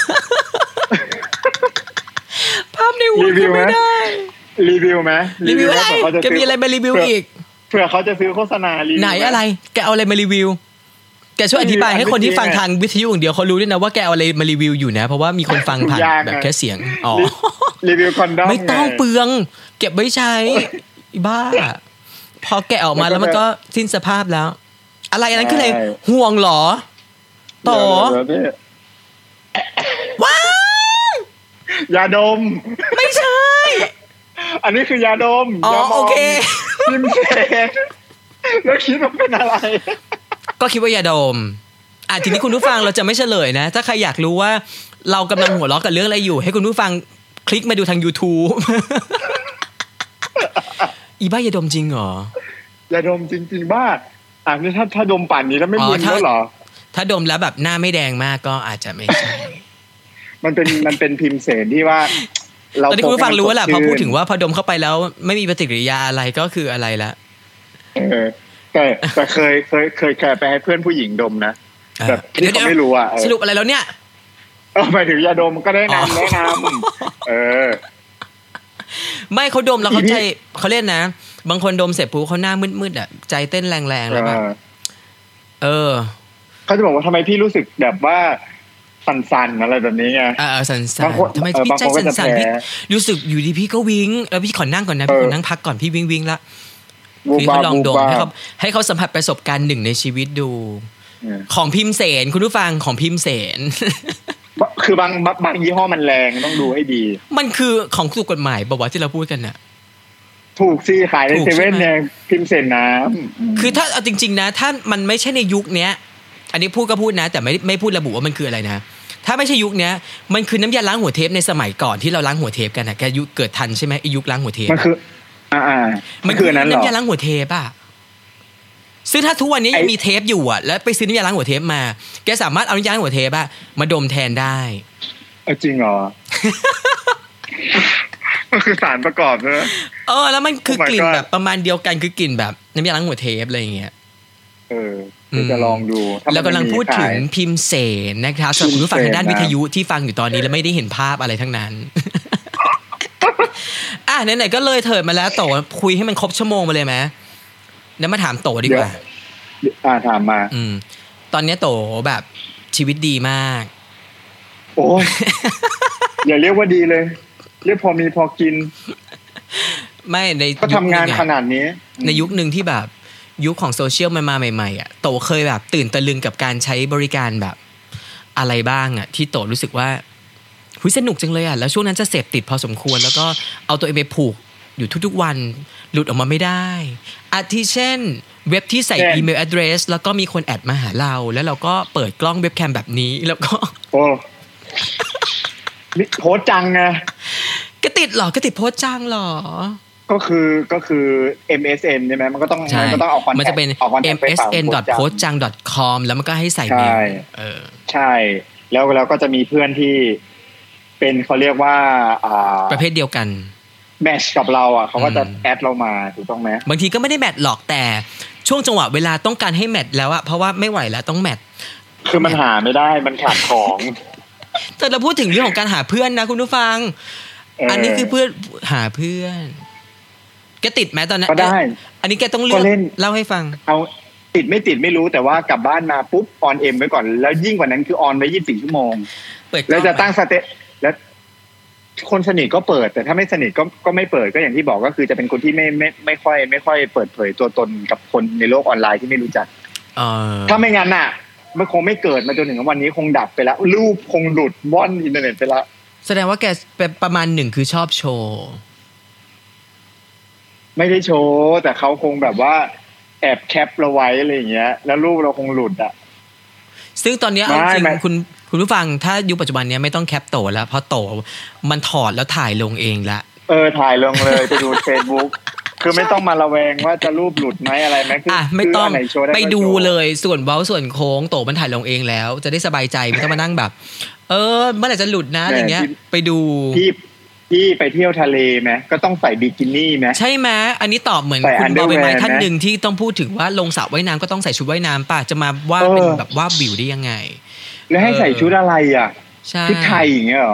ภาพในหัวคือไม่ได้รีวิวไหมรีวิวอะไรแกมีอะไรมารีวิวอีกเผื่อเขาจะซื้อโฆษณารีวิวไหนอะไรแกเอาอะไรมารีวิวแกช่วยอธิบายให้คนที่ฟังทางวิทยุอย่างเดียวเขารู้ด้วยนะว่าแกเอาอะไรมารีวิวอยู่นะเพราะว่ามีคนฟังผ่านแบบแค่เสียงอ๋อรีวิวคอนดอมไม่ต้องเปลืองเก็บไว้ใช้บ้าพอแกะออกมาแล้วมันก็สิ้นสภาพแล้วอะไรอันนั้นคืออะไรห่วงหรอต่อว้ายาดมไม่ใช่อันนี้คือยาดมอ๋อโอเคพิมเสนแล้วคิดว่าเป็นอะไรก็คิดว่ายาดมอ่ะทีนี้คุณผู้ฟังเราจะไม่เฉลยนะถ้าใครอยากรู้ว่าเรากำลังหัวเราะกับเรื่องอะไรอยู่ให้คุณผู้ฟังคลิกมาดูทาง YouTube อีบ้ายาดมจริงเหรอยาดมจริงๆบ้าอ่ะนี่ถ้าถ้าดมป่านนี้แล้วไม่มึนแล้วเหรอถ้าดมแล้วแบบหน้าไม่แดงมากก็อาจจะไม่ใช่มันเป็นมันเป็นพิมเสนที่ว่าเราตอนนี้คุณผู้ฟังรู้แล้วแหละพอพูดถึงว่าพอดมเข้าไปแล้วไม่มีปฏิกิริยาอะไรก็คืออะไรละเออแต่แต่เคยเคยเคยแค่ไปให้เพื่อนผู้หญิงดมนะแบบที่เขาไม่รู้อ่ะสรุปอะไรแล้วเนี่ยเออหมายถึงยาดมก็ได้นำแนะนำเออไม่เขาดมแล้วเขาใจเขาเล่นนะบางคนดมเสร็จปุ๊บเขาหน้ามืดๆอ่ะใจเต้นแรงๆแล้วแบบเออเขาจะบอกว่าทำไมพี่รู้สึกแบบว่าสั่นๆอะไรแบบนี้ไงเออสั่นๆทำไมพี่ใจสั่นๆพี่รู้สึกอยู่ดีพี่ก็วิ้งแล้วพี่ขอนั่งก่อนนะพี่ขอนั่งพักก่อนพี่วิ้งวิ้งละพี่เขาลองดมให้เขาให้เขาสัมผัสประสบการณ์หนึ่งในชีวิตดูของพิมเสนคุณผู้ฟังของพิมเสนคือบางบางยี่ห้อมันแรงต้องดูให้ดีมันคือของถูกกฎหมายบอกว่าที่เราพูดกันน่ะถูกสิขายในเซเว่นเนี่ยพิมเสนน้ำคือถ้าเอาจริงๆนะถ้ามันไม่ใช่ในยุคนี้อันนี้พูดก็พูดนะแต่ไม่ไม่พูดระบุว่ามันคืออะไรนะถ้าไม่ใช่ยุคนี้มันคือน้ำยาล้างหัวเทปในสมัยก่อนที่เราล้างหัวเทปกันนะแกยุคเกิดทันใช่ไหมยุคล้างหัวเทปมันคืออ่ามันคือน้ำยาล้างหัวเทปอ่ะซึ่งถ้าทุกวันนี้ยังมีเทปอยู่อ่ะแล้วไปซื้อน้ำยาล้างหัวเทปมาแกสามารถเอาน้ำยาล้างหัวเทปอ่ะมาดมแทนได้จริงเหรอมันคือสารประกอบนะเออแล้วมันคือกลิ่นแบบประมาณเดียวกันคือกลิ่นแบบน้ำยาล้างหัวเทปอะไรอย่างเงี้ยเออจะลองดูแล้วกำลังพูดถึงพิมเสนนะครับสำหรับคุณผู้ฟังทางด้านวิทยุที่ฟังอยู่ตอนนี้แล้วไม่ได้เห็นภาพอะไรทั้งนั้นอ่ะไหนๆก็เลยเถิดมาแล้วโตคุยให้มันครบชั่วโมงมาเลยไหมแล้วมาถามโตดีกว่าอ่าถามมาอืมตอนนี้โตแบบชีวิตดีมากโอ้ยอย่าเรียกว่าดีเลยเรียกพอมีพอกินไม่ในก็ทำงานขนาดนี้ในยุคนึงที่แบบยุคของโซเชียลมันมาใหม่ๆอ่ะโตเคยแบบตื่นตะลึงกับการใช้บริการแบบอะไรบ้างอ่ะที่โตรู้สึกว่าหุยสนุกจังเลยอ่ะแล้วช่วงนั้นจะเสพติดพอสมควรแล้วก็เอาตัวเองไปผูกอยู่ทุกๆวันหลุดออกมาไม่ได้อาทิเช่นเว็บที่ใส่อีเมล address แล้วก็มีคนแอดมาหาเราแล้วเราก็เปิดกล้องเว็บแคมแบบนี้แล้วก็โอ้นี่โพสจังไงก็ติดหรอก็ติดโพสจังหรอก็คือก็คือ เอ็ม เอส เอ็น ใช่ไหมมันก็ต้องมันก็ต้องเอาคอนแทคมันจะเป็น เอ็ม เอส เอ็น ดอท โพสจัง ดอท คอม แล้วมันก็ให้ใส่เมลเออใช่แล้วเราก็จะมีเพื่อนที่เป็นเขาเรียกว่าอ่าประเภทเดียวกันแมทช์กับเราอ่ะเขาก็จะแอดเรามาถูกต้องไหมบางทีก็ไม่ได้แมทหรอกแต่ช่วงจังหวะเวลาต้องการให้แมทแล้วอะเพราะว่าไม่ไหวแล้วต้องแมทคือมันหาไม่ได้มันขาดของแต่เราพูดถึงเรื่องของการหาเพื่อนนะคุณผู้ฟังอันนี้คือเพื่อนหาเพื่อนแกติดไหมตอนนั้นก็ได้อันนี้แกต้องเลือกเล่าให้ฟังเอาติดไม่ติดไม่รู้แต่ว่ากลับบ้านมาปุ๊บออนเอ็มไว้ก่อนแล้วยิ่งกว่านั้นคือออนไว้ยี่สิบสี่ชั่วโมงแล้วจะตั้งสเตแล้วคนสนิทก็เปิดแต่ถ้าไม่สนิทก็ก็ไม่เปิดก็อย่างที่บอกก็คือจะเป็นคนที่ไม่ไม่ไม่ค่อยไม่ค่อยเปิดเผยตัวตนกับคนในโลกออนไลน์ที่ไม่รู้จักถ้าไม่งั้นน่ะมันคงไม่เกิดมาจนถึงวันนี้คงดับไปแล้วรูปคงหลุดว่อนอินเทอร์เน็ตไปแล้วแสดงว่าแกเป็นประมาณหนึ่งคือชอบโชว์ไม่ได้โชว์แต่เขาคงแบบว่าแอบแคปเราไว้อะไรอย่างเงี้ยแล้วรูปเราคงหลุดอ่ะซึ่งตอนนี้เอาจริงคุณคุณผู้ฟังถ้ายุคปัจจุบันนี้ไม่ต้องแคปโตแล้วเพราะโตมันถอดแล้วถ่ายลงเองละเออถ่ายลงเลยไปดู Facebook คือไม่ต้องมาระแวงว่าจะรูปหลุดไหมอะไรไหมคืออ่ะไม่ต้องไปดูเลยส่วนเว้าส่วนโค้งโตมันถ่ายลงเองแล้วจะได้สบายใจไม่ต้องมานั่งแบบเออเมื่อไหร่จะหลุดนะอะไรเงี้ยไปดูพี่พี่ไปเที่ยวทะเลไหมก็ต้องใส่บิกินี่ไหมใช่ไหมอันนี้ตอบเหมือนคุณบอใบไม้ท่านหนึ่งที่ต้องพูดถึงว่าลงสระว่ายน้ำก็ต้องใส่ชุดว่ายน้ำป่ะจะมาว่าเป็นแบบว่าวิวได้ยังไงแล้วให้ใส่ชุดอะไรอ่ะชุดไทยอย่างเงี้ยหรอ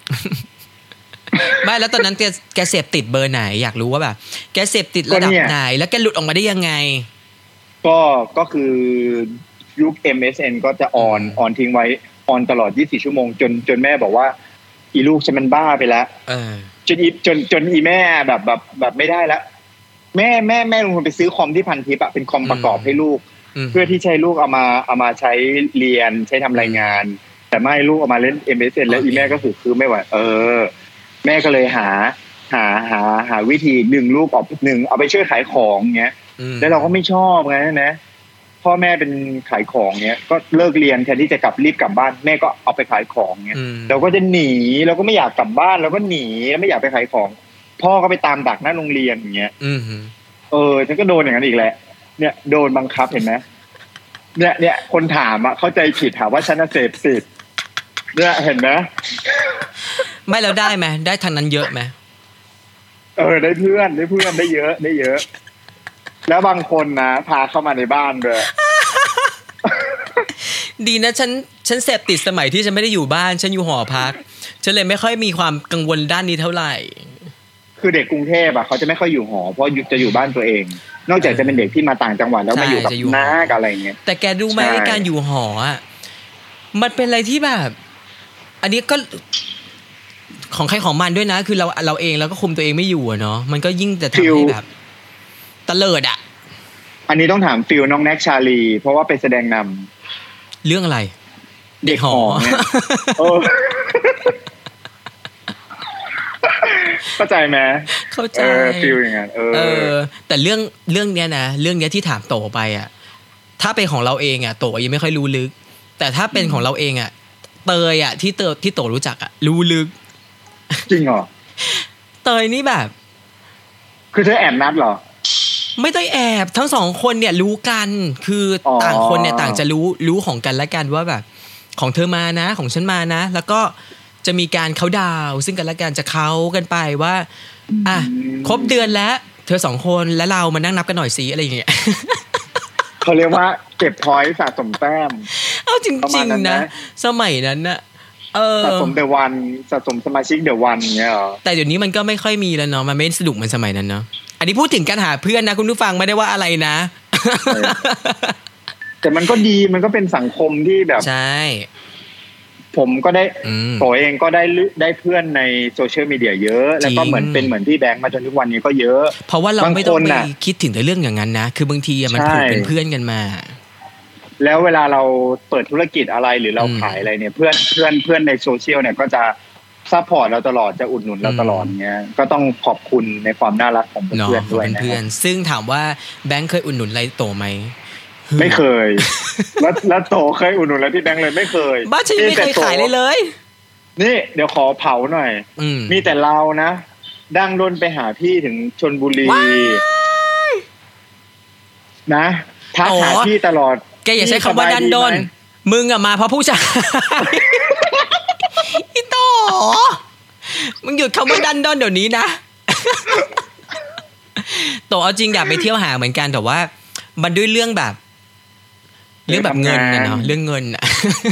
ไม่แล้วตอนนั้นแกแกเสพติดเบอร์ไหนอยากรู้ว่าแบบแกเสพติดระดับไหนแล้วแกหลุดออกมาได้ยังไงก็ก็คือยุค เอ็ม เอส เอ็น ก็จะออนออนทิ้งไว้ออนตลอดยี่สิบสี่ชั่วโมงจนจนแม่บอกว่าอีลูกฉันมันบ้าไปแล้วจนอีจนจนอีแม่แบบแบบแบบไม่ได้แล้วแม่แม่แม่ลงทุนไปซื้อคอมที่พันทิปอะเป็นคอมประกอบให้ลูกเพื่อที่ใช้ลูกเอามาเอามาใช้เรียนใช้ทำรายงานแต่ไม่ลูกเอามาเล่น เอ็ม เอส เอ็น แล้วอีแม่ก็คือคือไม่ไหวเออแม่ก็เลยหาหาหาหาวิธีดึงลูกออกหนึ่งเอาไปช่วยขายของเงี้ยแล้วเราก็ไม่ชอบไงนะพ่อแม่เป็นขายของเงี้ยก็เลิกเรียนแทนที่จะกลับรีบกลับบ้านแม่ก็เอาไปขายของเงี้ยเราก็จะหนีเราก็ไม่อยากกลับบ้านเราก็หนีแล้วไม่อยากไปขายของพ่อก็ไปตามดักหน้าโรงเรียนอย่างเงี้ยเออฉันก็โดนอย่างนั้นอีกแหละเนี่ยโดนบังคับเห็นไหมเนี่ยเนี่ยคนถามอ่ะเข้าใจผิดถามว่าฉันเสพติดเนี่ยเห็นไหมไม่แล้วได้ไหมได้ทางนั้นเยอะไหมเออได้เพื่อนได้เพื่อนได้เยอะได้เยอะแล้วบางคนนะพาเข้ามาในบ้านด้วยดีนะฉันฉันเสพติดสมัยที่ฉันไม่ได้อยู่บ้านฉันอยู่หอพักฉันเลยไม่ค่อยมีความกังวลด้านนี้เท่าไหร่คือเด็กกรุงเทพอ่ะเขาจะไม่ค่อยอยู่หอเพราะจะอยู่บ้านตัวเองนอกจากจะเป็นเด็กที่มาต่างจังหวัดแล้วมาอยู่กับน้ากับอะไรเงี้ยแต่แกดูไหมการอยู่หออ่ะมันเป็นอะไรที่แบบอันนี้ก็ของใครของมันด้วยนะคือเราเราเองเราก็คุมตัวเองไม่อยู่อะเนาะมันก็ยิ่งจะทำให้แบบตะเลิดอ่ะอันนี้ต้องถามฟิลน้องแน็กชาลีเพราะว่าไปแสดงนำเรื่องอะไรเด็กหอเข้าใจไหมเข้าใจฟิลอย่างนั้นเออแต่เรื่องเรื่องเนี้ยนะเรื่องเนี้ยที่ถามโตไปอ่ะถ้าเป็นของเราเองอ่ะโตยังไม่ค่อยรู้ลึกแต่ถ้าเป็นของเราเองอ่ะเตยอ่ะที่เตยที่โตรู้จักอ่ะรู้ลึกจริงเหรอเตยนี่แบบคือเธอแอบนัดเหรอไม่ได้แอบทั้งสองคนเนี่ยรู้กันคือต่างคนเนี่ยต่างจะรู้รู้ของกันและกันว่าแบบของเธอมานะของฉันมานะแล้วก็จะมีการเค้าดาวซึ่งกันและกันจะเค้ากันไปว่าอ่ะครบเดือนแล้วเธอสองคนและเรามานั่งนับกันหน่อยสิอะไรอย่างเงี้ยเขาเรียกว่าเก็บพอยต์สะสมแต้มเอาจริงๆนะสมัยนั้นน่ะเออสะสมเดอะวันสะสมสมาชิกเดอะวันเงี้ยหรอแต่เดี๋ยวนี้มันก็ไม่ค่อยมีแล้วเนาะมันไม่สนุกเหมือนสมัยนั้นเนาะอันนี้พูดถึงการหาเพื่อนนะคุณผู้ฟังไม่ได้ว่าอะไรนะแต่มันก็ดีมันก็เป็นสังคมที่แบบใช่ผมก็ได้ตัวเองก็ได้ได้เพื่อนในโซเชียลมีเดียเยอะแล้วก็เหมือนเป็นเหมือนพี่แบงค์มาจนทุกวันนี้ก็เยอะเพราะว่าเราไม่ต้องไปคิดถึงแต่เรื่องอย่างนั้นนะคือบางทีมันผูกเป็นเพื่อนกันมาแล้วเวลาเราเปิดธุรกิจอะไรหรือเราขายอะไรเนี่ยเพื่อนเพื่อนเพื่อนในโซเชียลเนี่ยก็จะซัพพอร์ตเราตลอดจะอุดหนุนเราตลอดเงี้ยก็ต้องขอบคุณในความน่ารักของเพื่อนด้วยนะเพื่อนซึ่งถามว่าแบงค์เคยอุดหนุนอะไรโตไหมไม่เคยแล้วแล้วโตเคยอุดหนุนอะไรที่แบงค์เลยไม่เคยบ้าฉันไม่เคยขายเลยเลยนี่เดี๋ยวขอเผาหน่อยมีแต่เรานะดั้งด้นไปหาพี่ถึงชลบุรีนะทักหาพี่ตลอดแกอย่าใช้คำว่าดันด้นมึงอะมาเพราะผู้ชายอีโตมึงหยุดคำว่าดันด้นเดี๋ยวนี้นะโตเอาจริงอยากไปเที่ยวหาเหมือนกันแต่ว่ามันด้วยเรื่องแบบเรื่องแบบเงินนะเนาะเรื่องเงินอะ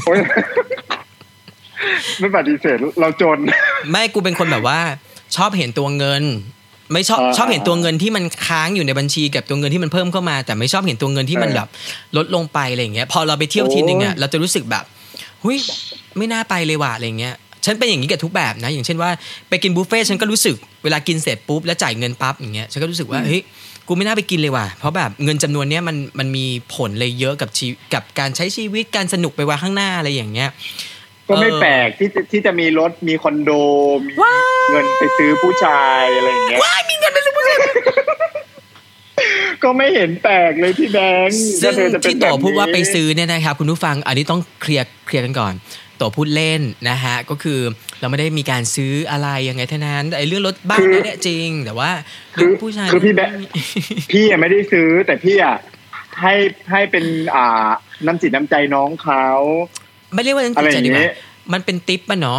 ไม่ปฏิเสธเราจนไม่กูเป็นคนแบบว่าชอบเห็นตัวเงินไม่ชอบชอบเห็นตัวเงินที่มันค้างอยู่ในบัญชีกับตัวเงินที่มันเพิ่มเข้ามาแต่ไม่ชอบเห็นตัวเงินที่มันแบบลดลงไปอะไรอย่างเงี้ยพอเราไปเที่ยวทีนึงเนี่ยเราจะรู้สึกแบบหุ้ยไม่น่าไปเลยว่ะอะไรเงี้ยฉันเป็นอย่างนี้กับทุกแบบนะอย่างเช่นว่าไปกินบุฟเฟ่ต์ฉันก็รู้สึกเวลากินเสร็จปุ๊บแล้วจ่ายเงินปั๊บอย่างเงี้ยฉันก็รู้สึกว่าเฮ้ยกูไม่น่าไปกินเลยว่ะเพราะแบบเงินจำนวนเนี้ยมันมันมีผลเลยเยอะกับชีกับการใช้ชีวิตการสนุกไปวันข้างหน้าอะไรอย่างเงี้ยก็ไม่แปลกที่ที่จะมีรถมีคอนโดมีเงินไปซื้อผู้ชายอะไรอย่างเงี้ยว้ายมีเงินไปซื้อผู้ชายก็ไม่เห็นแปลกเลยพี่แบงค์ซึ่งที่โตพูดว่าไปซื้อเนี่ยนะครับคุณผู้ฟังอันนี้ต้องเคลียร์เคลียร์กันก่อนโตพูดเล่นนะฮะก็คือเราไม่ได้มีการซื้ออะไรยังไงเท่านั้นไอ้เรื่องรถบ้านเนี่ยจริงแต่ว่าเรื่องผู้ชายคือพี่แบงค์พี่อ่ะไม่ได้ซื้อแต่พี่อ่ะให้ให้เป็นอ่าน้ำจิตน้ำใจน้องเขาไม่เรียกว่าน้ำจิตใจดีกว่ามันเป็นทิปป่ะเนาะ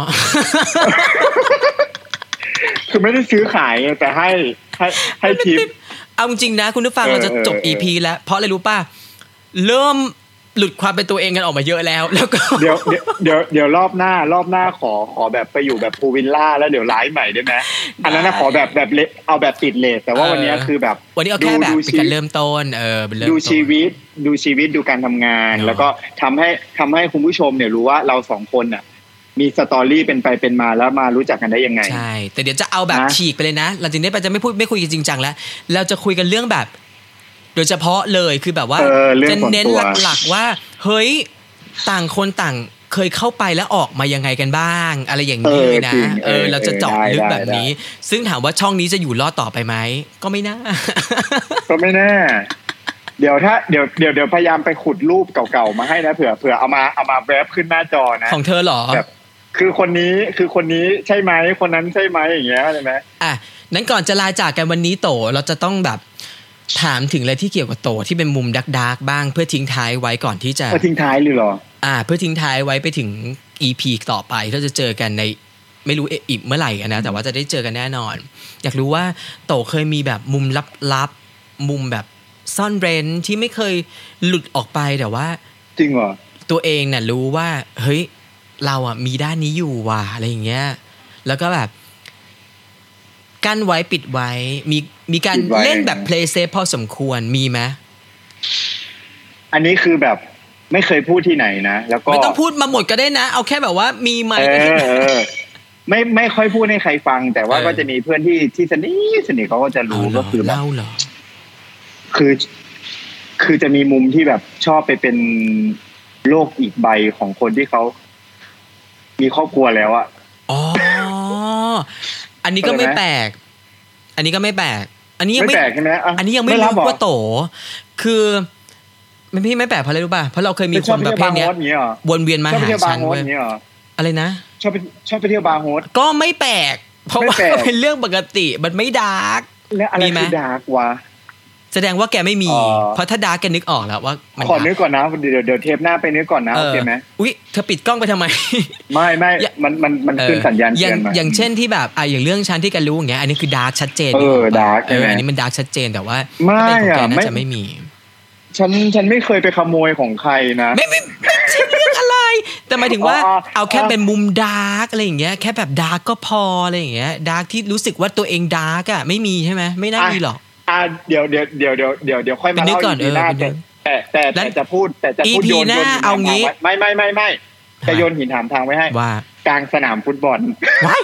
คือไม่ได้ซื้อขายแต่ให้ให้ให้ทิปเอาจริงนะคุณผู้ฟังเราจะจบ อี พี แล้วเพราะอะไรรู้ป่ะเริ่มหลุดความเป็นตัวเองกันออกมาเยอะแล้วแล้วก็เดี๋ยวเดี๋ยวเดี๋ยวรอบหน้ารอบหน้าขอขอแบบไปอยู่แบบพูลวิลล่าแล้วเดี๋ยวไลฟ์ใหม่ได้ไหมอันนั้นนะขอแบบแบบเอาแบบติดเลทแต่ว่าวันนี้คือแบบวันนี้เอาแค่แบบเป็นการเริ่มต้นเออดูชีวิตดูชีวิตดูการทำงานแล้วก็ทำให้ทำให้คุณผู้ชมเนี่ยรู้ว่าเราสองคนน่ะมีสตอรี่เป็นไปเป็นมาแล้วมารู้จักกันได้ยังไงใช่แต่เดี๋ยวจะเอาแบบฉีกไปเลยนะหลังจากนี้ไปจะไม่พูดไม่คุยกันจริงจังแล้วเราจะคุยกันเรื่องแบบโดยเฉพาะเลยคือแบบว่าจะเน้นหลักๆว่าเฮ้ยต่างคนต่างเคยเข้าไปแล้วออกมายังไงกันบ้างอะไรอย่างนี้เลยนะเออเราจะเจาะลึกแบบนี้ซึ่งถามว่าช่องนี้จะอยู่รอดต่อไปไหมก็ไม่น่าก็ไม่แน่เดี๋ยวถ้าเดี๋ยวเดี๋ยวเดี๋ยวพยายามไปขุดรูปเก่าๆมาให้นะเผื่อเผื่อเอามาเอามาแวบขึ้นหน้าจอนะของเธอเหรอแบบคือคนนี้คือคนนี้ใช่ไหมคนนั้นใช่ไหมอย่างเงี้ยใช่ไหมอ่ะนั้นก่อนจะลาจากกันวันนี้โตเราจะต้องแบบถามถึงอะไรที่เกี่ยวกับโตที่เป็นมุมดาร์กๆบ้างเพื่อทิ้งท้ายไว้ก่อนที่จะเพื่อทิ้งท้ายเลยเหรออ่าเพื่อทิ้งท้ายไว้ไปถึง อี พี ต่อไปเราจะเจอกันในไม่รู้อีกเมื่อไหร่นะแต่ว่าจะได้เจอกันแน่นอนอยากรู้ว่าโตเคยมีแบบมุมลับๆมุมแบบซ่อนเร้นที่ไม่เคยหลุดออกไปแต่ว่าจริงเหรอตัวเองน่ะรู้ว่าเฮ้ยเราอ่ะมีด้านนี้อยู่ว่ะอะไรอย่างเงี้ยแล้วก็แบบกั้นไว้ปิดไว้มีมีการเล่นแบบ play safe พอสมควรมีไหมอันนี้คือแบบไม่เคยพูดที่ไหนนะแล้วก็ไม่ต้องพูดมาหมดก็ได้นะเอาแค่แบบว่ามีไหมเออไม่ไม่ค่อยพูดให้ใครฟังแต่ว่าก็จะมีเพื่อนที่ที่สนิทสนิทเขาก็จะรู้ก็คือแบบคือคือจะมีมุมที่แบบชอบไปเป็นโลกอีกใบของคนที่เขามีครอบครัวแล้วอ่ะอ๋ออันนี้ก็ไม่แปลกอันนี้ก็ไม่แปลกอันนี้ยังไม่แปลกใช่ไหมอันนี้ยังไม่รู้ว่าโตคือมันพี่ไม่แปลกเพราะอะไรรู้ป่ะเพราะเราเคยมีคนประเภทเนี้ยวนเวียนมาหาฉันเว้ยอะไรนะชอบไปชอบไปเที่ยวบาร์โฮสก็ไม่แปลกเพราะว่าเป็นเรื่องปกติมันไม่ดาร์กแล้วอะไรคือดาร์กวะแสดงว่าแกไม่มีเพราะถ้าดาร์กแกนึกออกแล้วว่าขอนึกก่อนนะเดี๋ยวเดี๋ยวเทปหน้าไปนึกก่อนนะโอเคไหมอุ๊ยเธอปิดกล้องไปทำไมไม่ไม่มันมันมันขึ้นสัญญาณเตือนมาอย่างเช่นที่แบบอ่ะอย่างเรื่องชั้นที่แกรู้อย่างเงี้ยอันนี้คือดาร์กชัดเจนเออดาร์กเอออันนี้มันดาร์กชัดเจนแต่ว่าไม่อ่ะน่าจะไม่มีฉันฉันไม่เคยไปขโมยของใครนะไม่ไม่ใช่เรื่องอะไรแต่หมายถึงว่าเอาแค่เป็นมุมดาร์กอะไรอย่างเงี้ยแค่แบบดาร์กก็พออะไรอย่างเงี้ยดาร์กที่รู้สึกว่าตัวเองดาร์กอ่ะไม่มีใช่ไหมไม่น่ามีหรอกอ่าเดี๋ยวเดี๋ยวเดี๋ยวเดี๋ยวเดี๋ยวเดี๋ยวค่อยมาเล่าอีพีหน้าแต่แต่แต่จะพูดแต่จะพูดโยนโยนเอางี้ไม่ไม่ไม่ไม่จะโยนหินถามทางไว้ให้ว่ากลางสนามฟุตบอลว้าย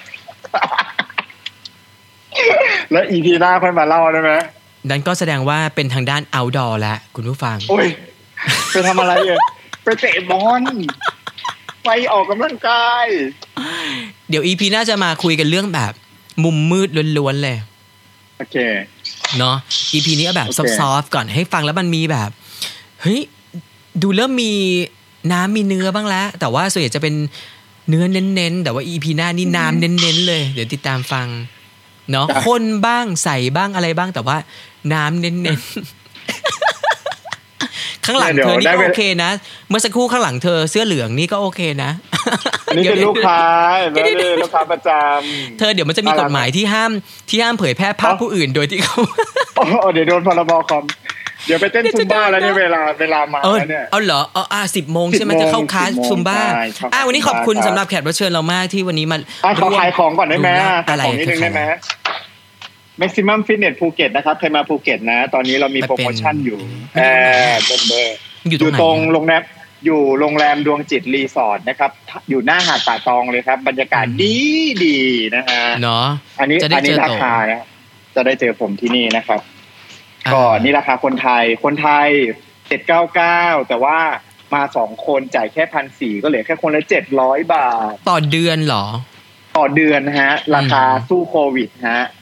แล้วอีพีหน้าค่อยมาเล่าได้ไหมนั่นก็แสดงว่าเป็นทางด้าน outdoor แล้วคุณผู้ฟังโอ้ยไปทำอะไรอ่ะไปเตะบอลไปออกกำลังกายเดี๋ยว อี พี หน้าจะมาคุยกันเรื่องแบบมุมมืดล้วนๆเลยโอเคเนาะ อี พี นี้เอาแบบซอฟต์ๆก่อนให้ฟังแล้วมันมีแบบเฮ้ยดูเริ่มมีน้ำมีเนื้อบ้างแล้วแต่ว่าส่วนใหญ่จะเป็นเนื้อเน้นๆแต่ว่า อี พี หน้านี่น้ำเน้นๆเลยเดี๋ยวติดตามฟังเนาะข้นบ้างใส่บ้างอะไรบ้างแต่ว่าน้ำเน้นๆข้างหลังเธอนี่ก็โอเคนะเมื่อสักครู่ข้างหลังเธอเสื้อเหลืองนี่ก็โอเคนะนี่เป็นลูกค้าไม่ได้ลูกค้าประจำเธอเดี๋ยวมันจะมีกฎหมายที่ห้ามที่ห้ามเผยแพร่ภาพผู้อื่นโดยที่เขาอ๋อเดี๋ยวโดนพรบคอมเดี๋ยวไปเต้นซุมบ้าแล้วเนี่ยเวลาเวลามาแล้วเนี่ยเอาเหรออ๋ออ่ะสิบโมงใช่ไหมจะเข้าคลาสซุมบ้าอ่ะวันนี้ขอบคุณสำหรับแขกรับเชิญเรามากที่วันนี้มาขอขายของก่อนได้ไหมของนิดนึงได้ไหมMaximum Fitness ภูเก็ตนะครับใครมาภูเก็ตนะตอนนี้เรามีโปรโมชั่นอยู่เออเบอร์อยู่ตรงโรงแรมอยู่โรงแรมดวงจิตรีสอร์ทนะครับอยู่หน้าหาดป่าตองเลยครับบรรยากาศดีดีนะฮะเนาะอันนี้อันนี้ราคานะจะได้เจอผมที่นี่นะครับก็นี่ราคาคนไทยคนไทยเจ็ดร้อยเก้าสิบเก้าแต่ว่ามาสองคนจ่ายแค่ หนึ่งพันสี่ร้อย ก็เหลือแค่คนละเจ็ดร้อยบาทต่อเดือนเหรอต่อเดือนฮะราคาสู้โควิดฮะ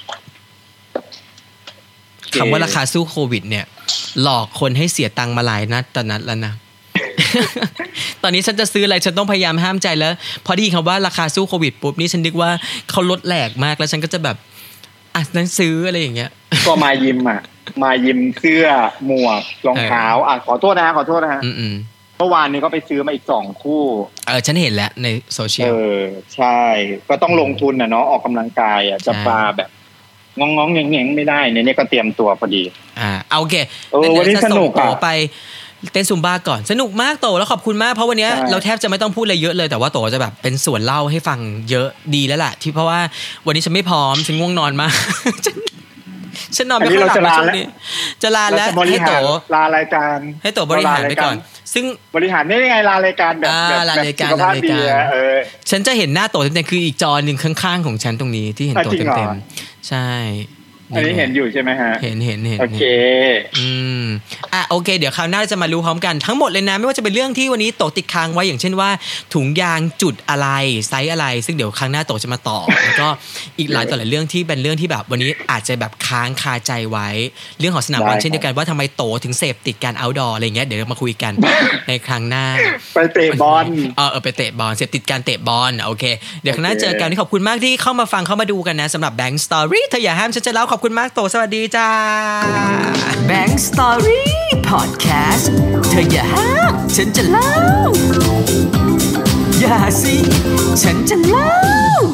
คำว่าราคาสู้โควิดเนี่ยหลอกคนให้เสียตังค์มาหลายนัดต่อนัดแล้วนะ ตอนนี้ฉันจะซื้ออะไรฉันต้องพยายามห้ามใจแล้วพอได้ยินคำว่าราคาสู้โควิดปุ๊บนี่ฉันนึกว่าเขาลดแหลกมากแล้วฉันก็จะแบบอ่ะนั้นซื้ออะไรอย่างเงี้ยก็มายิมอ่ะมายิมเสื้อหมวกรองเท้าอ่ะขอโทษนะขอโทษนะฮะเมื่อวานนี้ก็ไปซื้อมาอีกสองคู่เออฉันเห็นแล้วในโซเชียลเออใช่ก็ต้องลงทุนนะเนาะออกกำลังกายอ่ะจะมาแบบงองๆแงงๆไม่ได้เนี่ยนี่ก็เตรียมตัวพอดีอ่าโอเคเออวันนี้สนุกอ่ะไปเต้นซุมบ้าก่อนสนุกมากโตแล้วขอบคุณมากเพราะวันนี้เราแทบจะไม่ต้องพูดอะไรเยอะเลยแต่ว่าโตจะแบบเป็นส่วนเล่าให้ฟังเยอะดีแล้วล่ะที่เพราะว่าวันนี้ฉันไม่พร้อมฉันง่วงนอนมากฉันนอนไม่ค่อยหลับช่วงนี้จะลาแล้วให้โตลารายการให้โตบริหารไปก่อนซึ่งบริหารได้ยังไงลารายการแบบแบบสุขภาพดีเออฉันจะเห็นหน้าโตเต็มๆคืออีกจอนึงข้างๆของฉันตรงนี้ที่เห็นโตเต็มๆใช่อันนี้เห็นอยู่ใช่ไหมฮะเห็นเห็นเห็นโอเคอืมอ่ะโอเคเดี๋ยวคราวหน้าจะมารู้พร้อมกันทั้งหมดเลยนะไม่ว่าจะเป็นเรื่องที่วันนี้โตติดค้างไว้อย่างเช่นว่าถุงยางจุดอะไรไซส์อะไรซึ่งเดี๋ยวครั้งหน้าโตจะมาตอบแล้วก็อีกหลายต่อหลายเรื่องที่เป็นเรื่องที่แบบวันนี้อาจจะแบบค้างคาใจไว้เรื่องของสนามบอลเช่นเดียวกันว่าทำไมโตถึงเสพติดการ outdoor อะไรเงี้ยเดี๋ยวมาคุยกันในครั้งหน้าไปเตะบอลเออไปเตะบอลเสพติดการเตะบอลโอเคเดี๋ยวครั้งหน้าเจอกันที่ขอบคุณมากที่เข้ามาฟังเข้ามาดูกันนะสำหรับ Bank Story เธออย่าห้ามฉันจะเล่าขอบคุณมากโตสวัสดีจ้า Bank Story Podcast เธออย่าห้ามฉันจะเล่าอย่าสิฉันจะเล่า